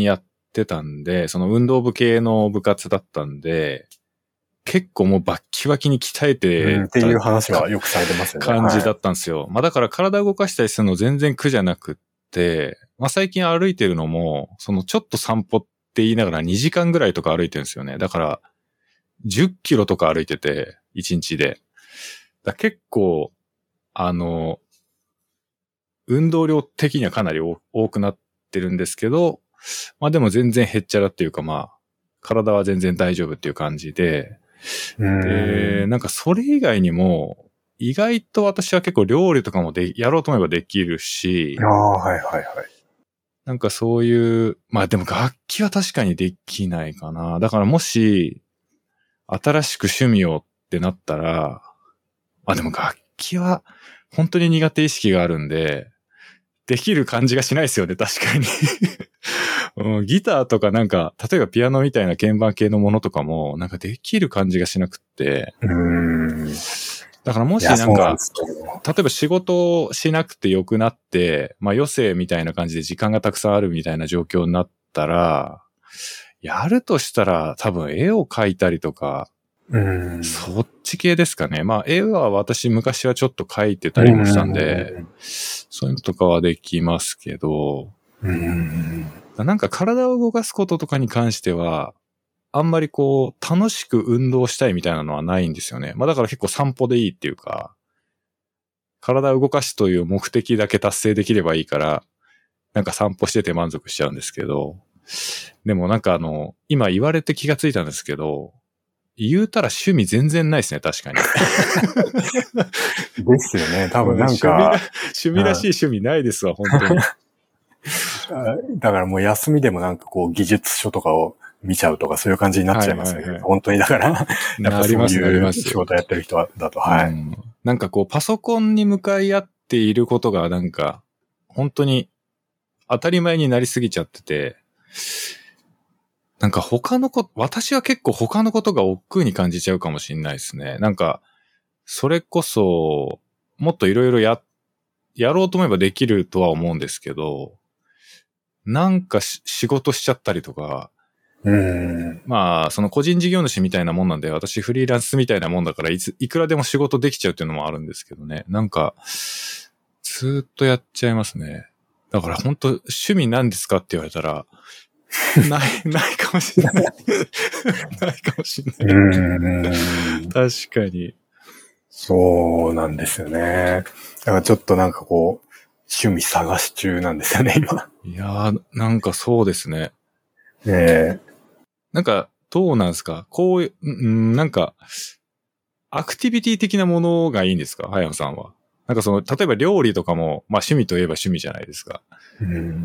ってたんで、その運動部系の部活だったんで、結構もうバッキバキに鍛えて、
うん、っていう話はよくされてますよね。
感じだったんですよ。はい、まあだから体動かしたりするの全然苦じゃなくって、まあ最近歩いてるのも、そのちょっと散歩って言いながらにじかんぐらいとか歩いてるんですよね。だからじゅっキロとか歩いてて、いちにちで。だ結構、あの、運動量的にはかなり多くなってるんですけど、まあでも全然へっちゃらっていうかまあ、体は全然大丈夫っていう感じで、で、なんかそれ以外にも、意外と私は結構料理とかもで、やろうと思えばできるし、
ああ、はいはいはい。
なんかそういう、まあでも楽器は確かにできないかな。だからもし、新しく趣味をってなったら、まあでも楽器は本当に苦手意識があるんで、できる感じがしないですよね、確かに、うん。ギターとかなんか、例えばピアノみたいな鍵盤系のものとかも、なんかできる感じがしなくって。
うーん。
だからもしなんか、例えば仕事をしなくてよくなって、まあ余生みたいな感じで時間がたくさんあるみたいな状況になったら、やるとしたら多分絵を描いたりとか、
うん、
そっち系ですかね。まあ絵は私昔はちょっと描いてたりもしたんで、うん、そういうのとかはできますけど、
うん、
なんか体を動かすこととかに関しては、あんまりこう楽しく運動したいみたいなのはないんですよね。まあだから結構散歩でいいっていうか、体を動かすという目的だけ達成できればいいから、なんか散歩してて満足しちゃうんですけど、でもなんかあの、今言われて気がついたんですけど、言うたら趣味全然ないですね、確かに。
ですよね、多分なんか。
趣味、趣味らしい趣味ないですわ、本当に。
だからもう休みでもなんかこう技術書とかを見ちゃうとかそういう感じになっちゃいますね。はいはいはい、本当にだから、やっぱそういう仕事やってる人だと、はい、うん。
なんかこうパソコンに向かい合っていることがなんか、本当に当たり前になりすぎちゃってて、なんか他のこと、私は結構他のことが億劫に感じちゃうかもしれないですね。なんか、それこそ、もっといろいろや、やろうと思えばできるとは思うんですけど、なんか仕事しちゃったりとか、
うん、
まあ、その個人事業主みたいなもんなんで、私フリーランスみたいなもんだからいつ、いくらでも仕事できちゃうっていうのもあるんですけどね。なんか、ずーっとやっちゃいますね。だから本当趣味なんですかって言われたら、ない、ないかもしれない。ないかもしれない。
うん
確かに。
そうなんですよね。だからちょっとなんかこう、趣味探し中なんですよね、今。
いやー、なんかそうですね。
ええ。
なんか、どうなんですかこういう、うん、なんか、アクティビティ的なものがいいんですか早野さんは。なんかその、例えば料理とかも、まあ趣味といえば趣味じゃないですか。
うん。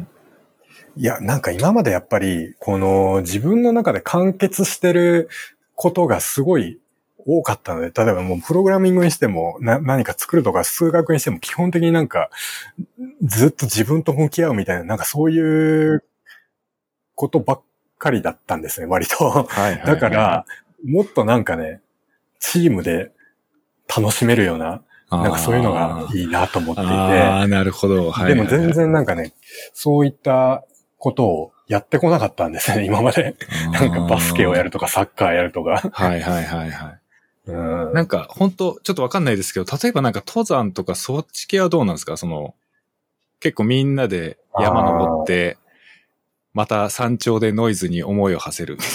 いや、なんか今までやっぱり、この自分の中で完結してることがすごい多かったので、例えばもうプログラミングにしても、な、何か作るとか数学にしても基本的になんか、ずっと自分と向き合うみたいな、なんかそういうことばっかりだったんですね、割と。はいはいはいはい、だから、もっとなんかね、チームで楽しめるような、なんかそういうのがいいなと思っていて。
ああ、なるほど。
はいはいはい。でも全然なんかね、そういったことをやってこなかったんですね、今まで。なんかバスケをやるとかサッカーやるとか。
はいはいはいはい。
うん、
なんか本当ちょっとわかんないですけど、例えばなんか登山とかそっち系はどうなんですかその、結構みんなで山登って、また山頂でノイズに思いを馳せる。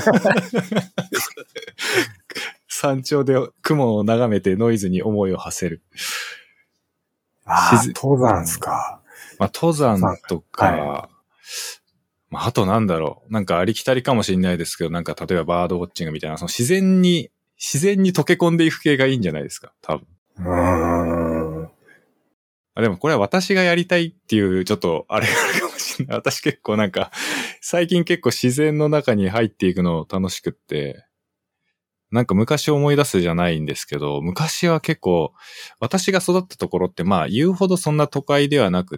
山頂で雲を眺めてノイズに思いを馳せる。
ああ、登山っすか。
まあ、登山とか、はい、まあ、あとなんだろう。なんかありきたりかもしれないですけど、なんか例えばバードウォッチングみたいな、その自然に、自然に溶け込んでいく系がいいんじゃないですか、多分。
うーん。
あでもこれは私がやりたいっていう、ちょっとあれがあるかもしれない。私結構なんか、最近結構自然の中に入っていくの楽しくって、なんか昔思い出すじゃないんですけど、昔は結構、私が育ったところってまあ言うほどそんな都会ではなくって、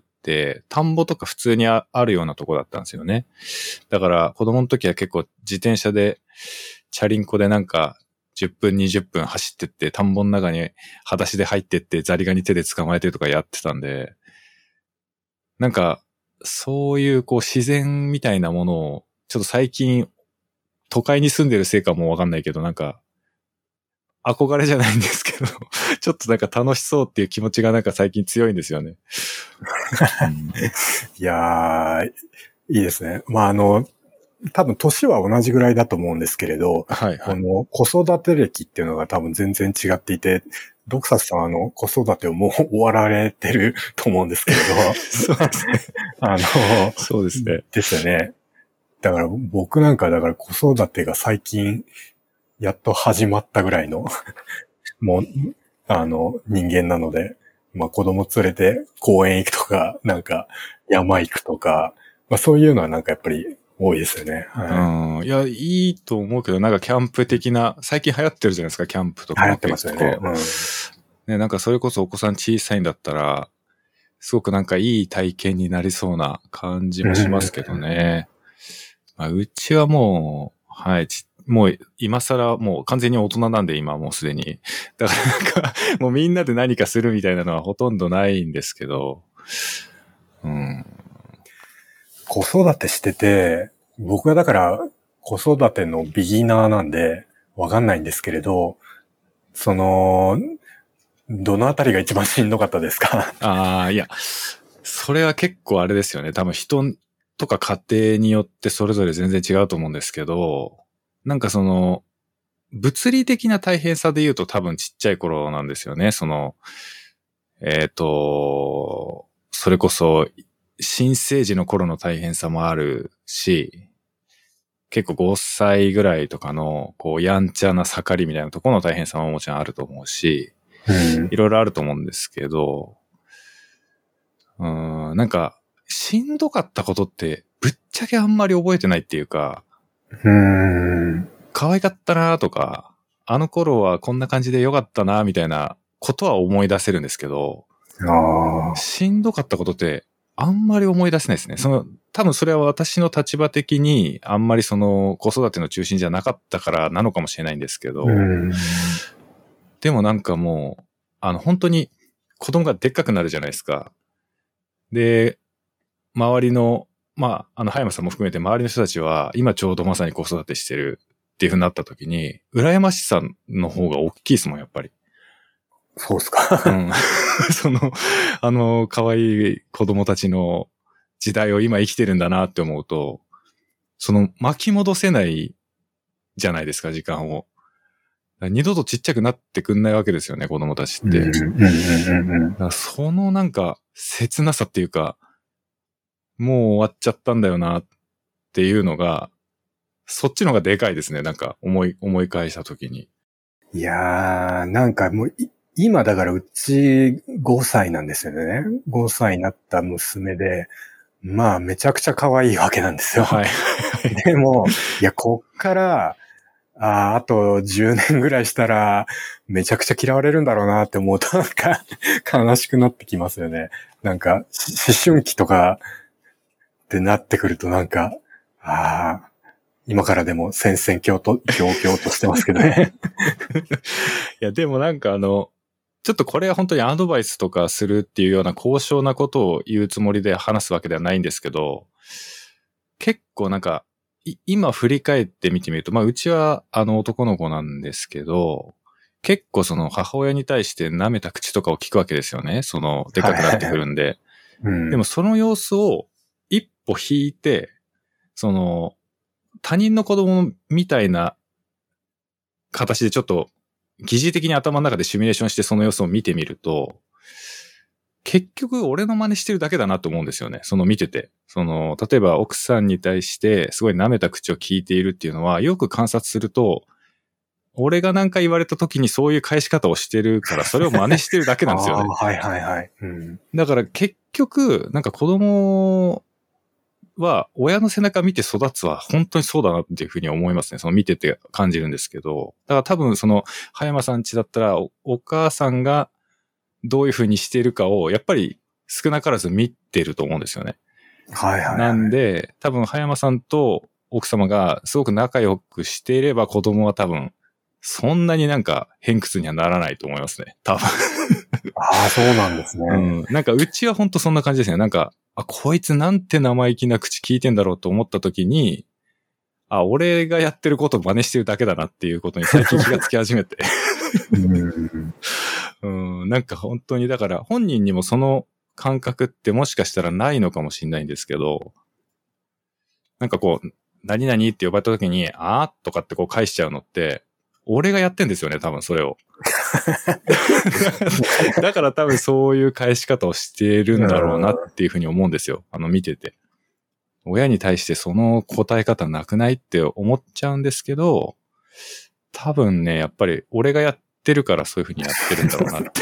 田んぼとか普通に あ, あるようなとこだったんですよね。だから子供の時は結構自転車で、チャリンコでなんかじゅっぷんにじゅっぷん走ってって、田んぼの中に裸足で入ってってザリガニ手で捕まえてとかやってたんで、なんかそういうこう自然みたいなものをちょっと最近、都会に住んでるせいかもわかんないけど、なんか、憧れじゃないんですけど、ちょっとなんか楽しそうっていう気持ちがなんか最近強いんですよね。
うん、いやー、いいですね。まあ、あの、多分年は同じぐらいだと思うんですけれど、
はいはい。
この子育て歴っていうのが多分全然違っていて、ドクサスさんはあの子育てをもう終わられてると思うんですけれど、
そうですね。
あの、
そうですね。
ですよね。だから僕なんかだから子育てが最近やっと始まったぐらいのもうあの人間なので、まあ子供連れて公園行くとか、なんか山行くとか、まあそういうのはなんかやっぱり多いですよね。
はい、うん。いや、いいと思うけど、なんかキャンプ的な、最近流行ってるじゃないですか、キャンプとかも。
流行ってますよね。うん、
ね、なんかそれこそお子さん小さいんだったら、すごくなんかいい体験になりそうな感じもしますけどね。まあ、うちはもう、はい、もう今更もう完全に大人なんで今もうすでに。だからなんかもうみんなで何かするみたいなのはほとんどないんですけど、うん、
子育てしてて、僕はだから子育てのビギナーなんでわかんないんですけれど、その、どのあたりが一番しんどかったですか？
ああ、いや、それは結構あれですよね。多分人とか家庭によってそれぞれ全然違うと思うんですけど、なんかその、物理的な大変さで言うと多分ちっちゃい頃なんですよね。その、えっと、それこそ、新生児の頃の大変さもあるし、結構ごさいぐらいとかの、こう、やんちゃな盛りみたいなところの大変さももちろんあると思うし、
うん、
いろいろあると思うんですけど、うーん、なんか、しんどかったことって、ぶっちゃけあんまり覚えてないっていうか、
うーん、
可愛かったなとか、あの頃はこんな感じでよかったなみたいなことは思い出せるんですけど、
あ
しんどかったことってあんまり思い出せないですね。その、多分それは私の立場的にあんまりその子育ての中心じゃなかったからなのかもしれないんですけど、
うん、
でもなんかもう、あの本当に子供がでっかくなるじゃないですか。で、周りの、まあ、あの、葉山さんも含めて周りの人たちは今ちょうどまさに子育てしてるっていう風になった時に、羨ましさの方が大きいですもん、やっぱり。
そうですか。
うん。その、あの、可愛い子供たちの時代を今生きてるんだなって思うと、その巻き戻せないじゃないですか、時間を。二度とちっちゃくなってくんないわけですよね、子供たちって。
うんうんうんうん、
だからそのなんか、切なさっていうか、もう終わっちゃったんだよなっていうのが、そっちの方がでかいですね、なんか思い、思い返したときに。
いやー、なんかもう、今だからうちごさいなんですよね。ごさいになった娘で、まあめちゃくちゃ可愛いわけなんですよ。
はい。
でも、いや、こっから、ああとじゅうねんぐらいしたら、めちゃくちゃ嫌われるんだろうなって思うと、なんか悲しくなってきますよね。なんか、思春期とかってなってくるとなんか、ああ、今からでも戦々恐々と、としてますけどね。
いや、でもなんかあの、ちょっとこれは本当にアドバイスとかするっていうような高尚なことを言うつもりで話すわけではないんですけど、結構なんか、今振り返って見てみると、まあうちはあの男の子なんですけど、結構その母親に対して舐めた口とかを聞くわけですよね。その、でかくなってくるんで。はいはいはいうん、でもその様子を一歩引いて、その、他人の子供みたいな形でちょっと疑似的に頭の中でシミュレーションしてその様子を見てみると、結局俺の真似してるだけだなと思うんですよね。その見てて。その、例えば奥さんに対してすごい舐めた口を聞いているっていうのは、よく観察すると、俺が何か言われた時にそういう返し方をしてるから、それを真似してるだけなんですよね。
はいはいはい、うん。
だから結局、なんか子供は親の背中見て育つは本当にそうだなっていうふうに思いますね。その見てて感じるんですけど。だから多分その、葉山さん家だったらお、お母さんがどういうふうにしているかを、やっぱり少なからず見てると思うんですよね。
はいはい、はい。
なんで、多分葉山さんと奥様がすごく仲良くしていれば子供は多分、そんなになんか偏屈にはならないと思いますね。多分。
ああ、そうなんですね。
うん。なんかうちは本当そんな感じですね。なんか、あ、こいつなんて生意気な口聞いてんだろうと思った時に、 あ、俺がやってることを真似してるだけだなっていうことに最近気がつき始めて。うん、なんか本当にだから本人にもその感覚ってもしかしたらないのかもしれないんですけど、なんかこう、何々って呼ばれた時に、あーとかってこう返しちゃうのって、俺がやってんですよね、多分それを。だから多分そういう返し方をしてるんだろうなっていうふうに思うんですよ。あの見てて。親に対してその答え方なくないって思っちゃうんですけど、多分ね、やっぱり俺がやってるからそういうふうにやってるんだろうなって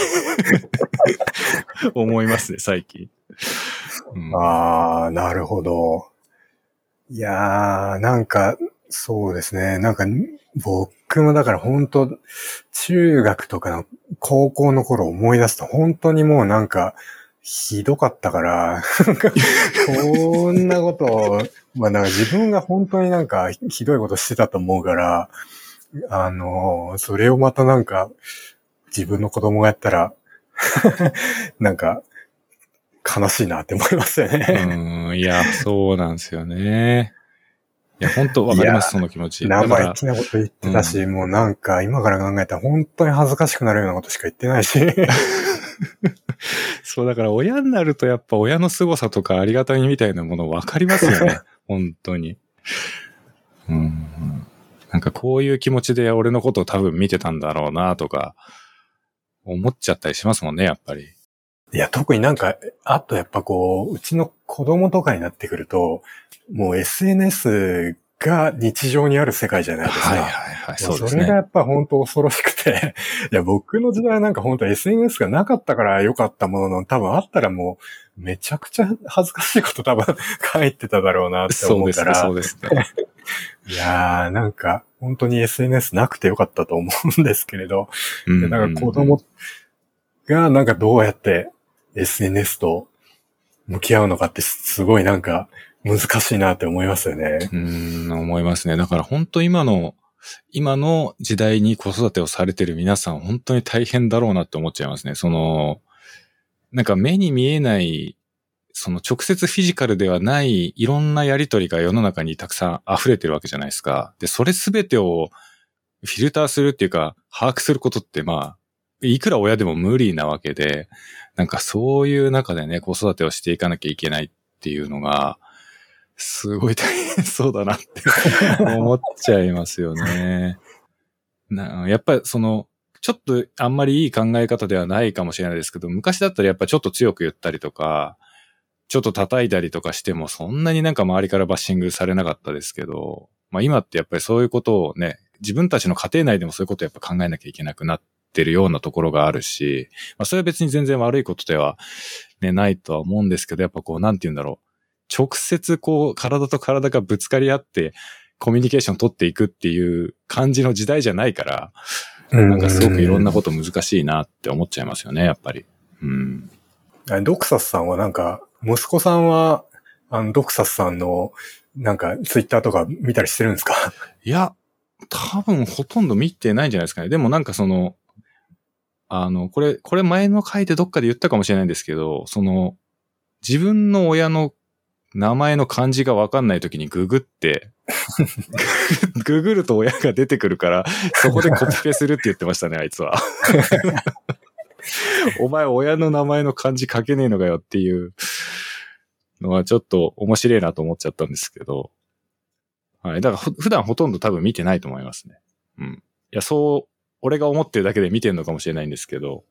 思いますね、最近。
うん、ああ、なるほど。いやー、なんか、そうですね。なんか、僕もだから本当中学とかの高校の頃思い出すと本当にもうなんか、ひどかったから、こんなことを、まあなんか自分が本当になんかひどいことしてたと思うから、あの、それをまたなんか自分の子供がやったら、なんか悲しいなって思いますよね。
うん、いや、そうなんですよね。いや、本当わかります、その気持ち。
生意気なこと言ってたし、うん、もうなんか今から考えたら本当に恥ずかしくなるようなことしか言ってないし。
そう、だから親になるとやっぱ親の凄さとかありがたみみたいなもの分かりますよね。本当に。うん。なんかこういう気持ちで俺のことを多分見てたんだろうなとか、思っちゃったりしますもんね、やっぱり。
いや、特になんか、あとやっぱこう、うちの子供とかになってくると、もう エスエヌエス が日常にある世界じゃないですか。
はいはいはい、そうですね。
それがやっぱ本当恐ろしくて、いや、僕の時代はなんか本当 エスエヌエス がなかったから良かったものの、多分あったらもう、めちゃくちゃ恥ずかしいこと多分書いてただろうなって思うから。
そうですね、そうですね。
いやー、なんか、本当に エスエヌエス なくてよかったと思うんですけれど、うんうんうん、なんか子供がなんかどうやって エスエヌエス と向き合うのかってすごいなんか難しいなって思いますよね。
うーん、思いますね。だから本当今の、今の時代に子育てをされてる皆さん本当に大変だろうなって思っちゃいますね。その、なんか目に見えない、その直接フィジカルではないいろんなやりとりが世の中にたくさん溢れてるわけじゃないですか。で、それすべてをフィルターするっていうか、把握することってまあ、いくら親でも無理なわけで、なんかそういう中でね、子育てをしていかなきゃいけないっていうのが、すごい大変そうだなって思っちゃいますよね。なやっぱりその、ちょっとあんまりいい考え方ではないかもしれないですけど、昔だったらやっぱちょっと強く言ったりとか、ちょっと叩いたりとかしてもそんなになんか周りからバッシングされなかったですけど、まあ今ってやっぱりそういうことをね、自分たちの家庭内でもそういうことをやっぱ考えなきゃいけなくなってるようなところがあるし、まあそれは別に全然悪いことではね、ないとは思うんですけど、やっぱこうなんて言うんだろう。直接こう体と体がぶつかり合ってコミュニケーション取っていくっていう感じの時代じゃないから、なんかすごくいろんなこと難しいなって思っちゃいますよね、やっぱり。うん。
ドクサスさんはなんか、息子さんは、あの、ドクサスさんの、なんか、ツイッターとか見たりしてるんですか？
いや、多分ほとんど見てないんじゃないですかね。でもなんかその、あの、これ、これ前の回でどっかで言ったかもしれないんですけど、その、自分の親の名前の漢字がわかんないときにググって、ググると親が出てくるから、そこでコピペするって言ってましたね、あいつは。お前親の名前の漢字書けねえのかよっていうのはちょっと面白いなと思っちゃったんですけど。はい。だから普段ほとんど多分見てないと思いますね。うん。いや、そう、俺が思ってるだけで見てるのかもしれないんですけど。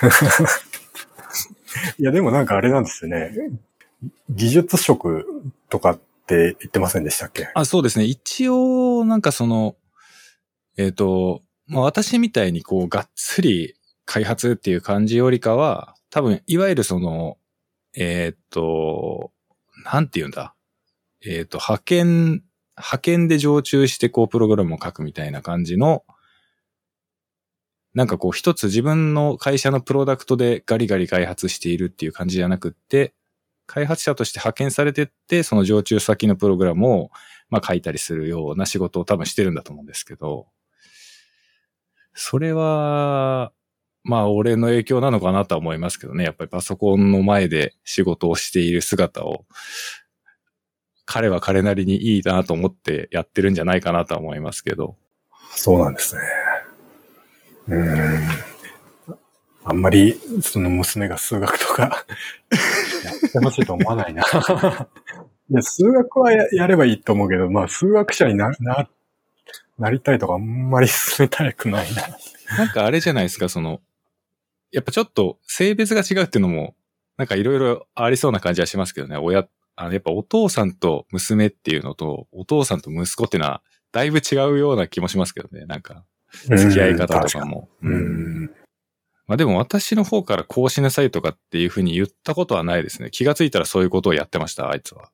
いや、でもなんかあれなんですよね。技術職とかって言ってませんでしたっけ？
あ、そうですね。一応、なんかその、えっと、まあ、私みたいにこう、がっつり開発っていう感じよりかは、多分、いわゆるその、えっと、なんて言うんだ。えっと、派遣、派遣で常駐してこう、プログラムを書くみたいな感じの、なんかこう、一つ自分の会社のプロダクトでガリガリ開発しているっていう感じじゃなくって、開発者として派遣されてって、その常駐先のプログラムを、まあ書いたりするような仕事を多分してるんだと思うんですけど、それは、まあ俺の影響なのかなとは思いますけどね。やっぱりパソコンの前で仕事をしている姿を彼は彼なりにいいなと思ってやってるんじゃないかなとは思いますけど。
そうなんですね。うーん。あんまり、その娘が数学とかやってほしいと思わないな。いや、数学は や, やればいいと思うけど、まあ、数学者にな、な、なりたいとかあんまり進めたくないな。
なんかあれじゃないですか、その、やっぱちょっと性別が違うっていうのも、なんかいろいろありそうな感じはしますけどね。親、あの、やっぱお父さんと娘っていうのと、お父さんと息子っていうのは、だいぶ違うような気もしますけどね。なんか、付き合い方とかも。
うん。うん
まあでも私の方からこうしなさいとかっていうふうに言ったことはないですね。気がついたらそういうことをやってました、あいつは。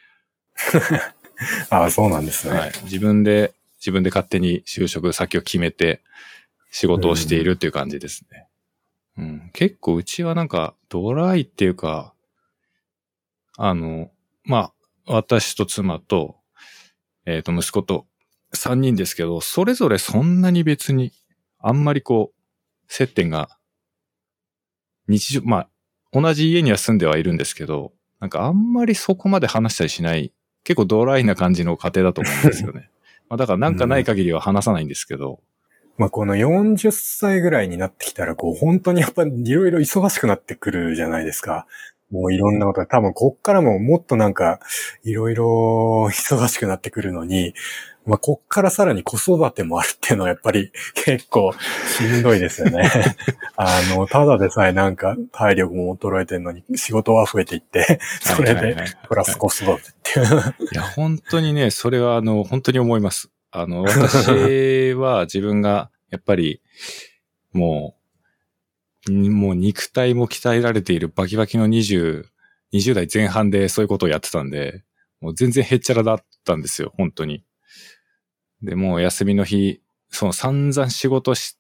ああ、そうなんですね。
はい。自分で、自分で勝手に就職先を決めて仕事をしているっていう感じですね。うん、うん、結構うちはなんかドライっていうか、あの、まあ、私と妻と、えっと、息子とさんにんですけど、それぞれそんなに別に、あんまりこう、接点が、日常、まあ、同じ家には住んではいるんですけど、なんかあんまりそこまで話したりしない、結構ドライな感じの家庭だと思うんですよね。まあだからなんかない限りは話さないんですけど。うん、
まあこのよんじゅっさいぐらいになってきたら、こう本当にやっぱりいろいろ忙しくなってくるじゃないですか。もういろんなこと、多分こっからももっとなんかいろいろ忙しくなってくるのに、まあこっからさらに子育てもあるっていうのはやっぱり結構しんどいですよね。あの、ただでさえなんか体力も衰えてるのに仕事は増えていって、それでプラス子育てっていう。
いや、本当にね、それはあの、本当に思います。あの、私は自分がやっぱりもう、もう肉体も鍛えられているバキバキの20、20代前半でそういうことをやってたんで、もう全然へっちゃらだったんですよ、本当に。で、もう休みの日、その散々仕事して、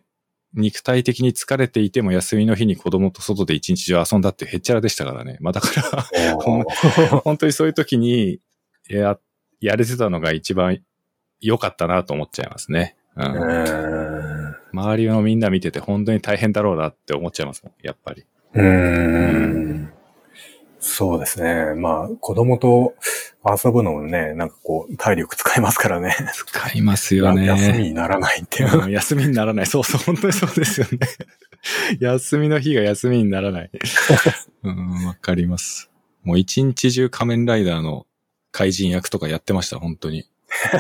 肉体的に疲れていても休みの日に子供と外で一日中遊んだってへっちゃらでしたからね。まあだから本当にそういう時にや、やれてたのが一番良かったなと思っちゃいますね。うん、
う
周りのみんな見てて本当に大変だろうなって思っちゃいますもん、やっぱり。
うーん。そうですね。まあ、子供と遊ぶのもね、なんかこう、体力使いますからね。
使いますよね。
休みにならないっていう、
うん。休みにならない。そうそう、本当にそうですよね。休みの日が休みにならない。うん、わかります。もう一日中仮面ライダーの怪人役とかやってました、本当に。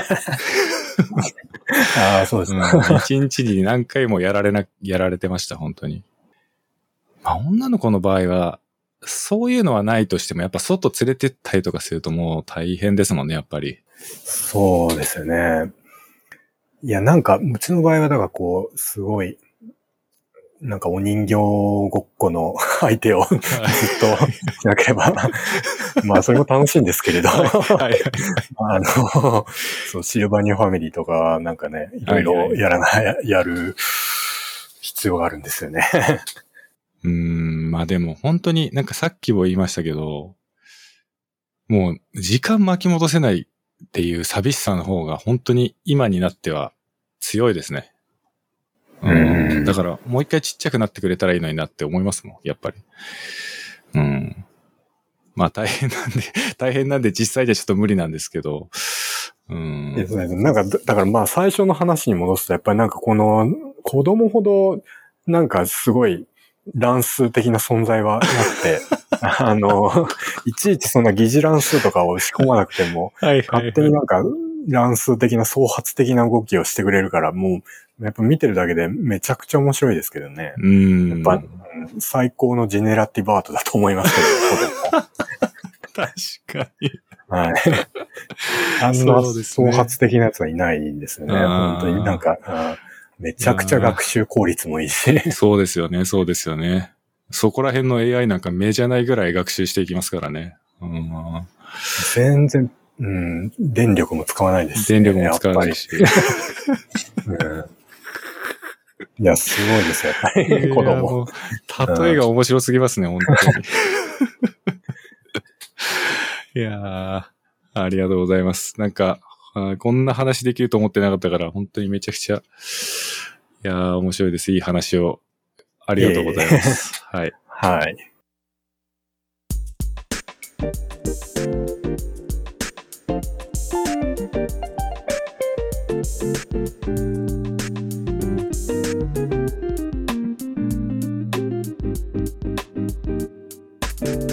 ああ、そうですね。
うん、一日に何回もやられな、やられてました、本当に。まあ、女の子の場合は、そういうのはないとしても、やっぱ外連れてったりとかするともう大変ですもんね、やっぱり。
そうですよね。いや、なんか、うちの場合は、だからこう、すごい、なんかお人形ごっこの相手をずっとしなければ。まあ、それも楽しいんですけれど。はいはいはい、あの、そう、シルバニアファミリーとか、なんかね、いろいろやらない、はいはい、やる必要があるんですよね。
うーん、まあでも本当になんかさっきも言いましたけど、もう時間巻き戻せないっていう寂しさの方が本当に今になっては強いですね。うん、だからもう一回ちっちゃくなってくれたらいいのになって思いますもん、やっぱり。うん。まあ大変なんで、大変なんで実際じゃちょっと無理なんですけど。うん。
ですね。なんか、だからまあ最初の話に戻すと、やっぱりなんかこの子供ほどなんかすごい乱数的な存在はなくて、あの、いちいちそんな疑似乱数とかを仕込まなくても、はいはいはい、勝手になんか乱数的な創発的な動きをしてくれるから、もう、やっぱ見てるだけでめちゃくちゃ面白いですけどね。
うん。
やっぱ、最高のジェネラティブアートだと思いますけど、
確かに。
はい。あんな創発的なやつはいないんですよね。本当になんか、めちゃくちゃ学習効率もいいし。
そうですよね、そうですよね。そこら辺の エーアイ なんか目じゃないぐらい学習していきますからね。うん、
全然、うん、電力も使わないですし、
ね。電力も使わないし。
うん、いや、すごいですよ、やっぱり。子供。
例えが面白すぎますね、うん、本当に。いやー、ありがとうございます。なんか、こんな話できると思ってなかったから、本当にめちゃくちゃ、いやー、面白いです。いい話を。ありがとうございます。はい。
はい。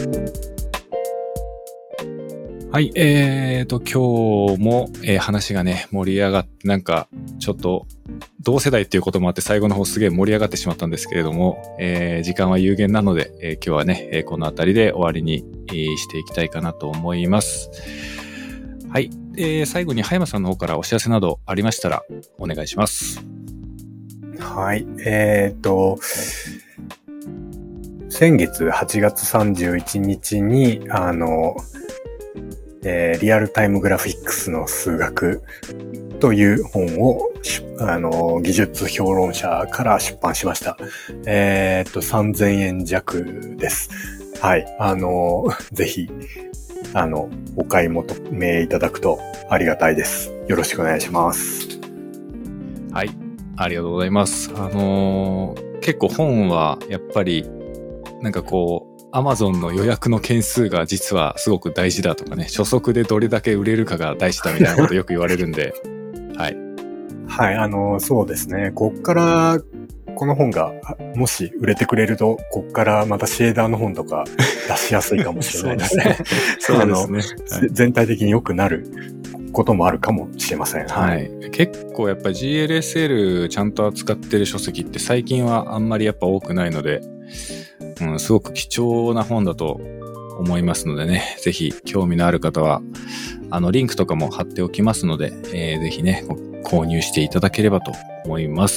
はい、えーと、今日も、えー話がね、盛り上がって、なんか、ちょっと、同世代っていうこともあって、最後の方すげえ盛り上がってしまったんですけれども、えー時間は有限なので、えー今日はね、えーこのあたりで終わりに、えーしていきたいかなと思います。はい、えー最後に葉山さんの方からお知らせなどありましたら、お願いします。
はい。えっと、先月はちがつさんじゅういちにちに、あの、えーリアルタイムグラフィックスの数学という本を、あの、技術評論者から出版しました。えっと、さんぜんえん弱です。はい。あの、ぜひ、あの、お買い求めいただくとありがたいです。よろしくお願いします。
はい、ありがとうございます。あのー結構本はやっぱりなんかこう Amazon の予約の件数が実はすごく大事だとかね、初速でどれだけ売れるかが大事だみたいなことよく言われるんで、はい。
はい、あの、そうですね。こっから、この本が、もし売れてくれると、こっからまたシェーダーの本とか出しやすいかもしれないですね。
そうですね。はい、
全体的に良くなることもあるかもしれません。
はい。結構やっぱり ジーエルエスエル ちゃんと扱ってる書籍って最近はあんまりやっぱ多くないので、うん、すごく貴重な本だと思いますのでね、ぜひ興味のある方は、あのリンクとかも貼っておきますので、えー、ぜひね、購入していただければと思います。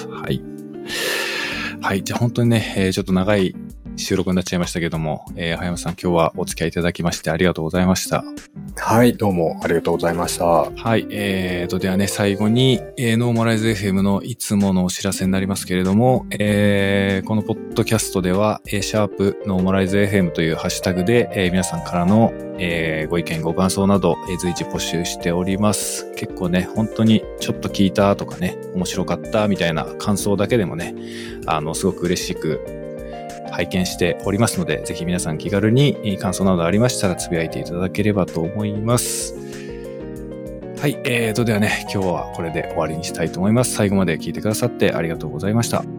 はい。はい。じゃあ本当にね、えー、ちょっと長い収録になっちゃいましたけども、えー、葉山さん今日はお付き合いいただきましてありがとうございました。
はい、どうもありがとうございました。
はい、えーと、ではね、最後に、えー、ノーマライズ エフエム のいつものお知らせになりますけれども、えー、このポッドキャストでは、えー、シャープノーマライズ エフエム というハッシュタグで、えー、皆さんからの、えー、ご意見ご感想など、えー、随時募集しております。結構ね、本当にちょっと聞いたとかね、面白かったみたいな感想だけでもね、あの、すごく嬉しく拝見しておりますので、ぜひ皆さん気軽に感想などありましたらつぶやいていただければと思います。はい、えーと、ではね、今日はこれで終わりにしたいと思います。最後まで聞いてくださってありがとうございました。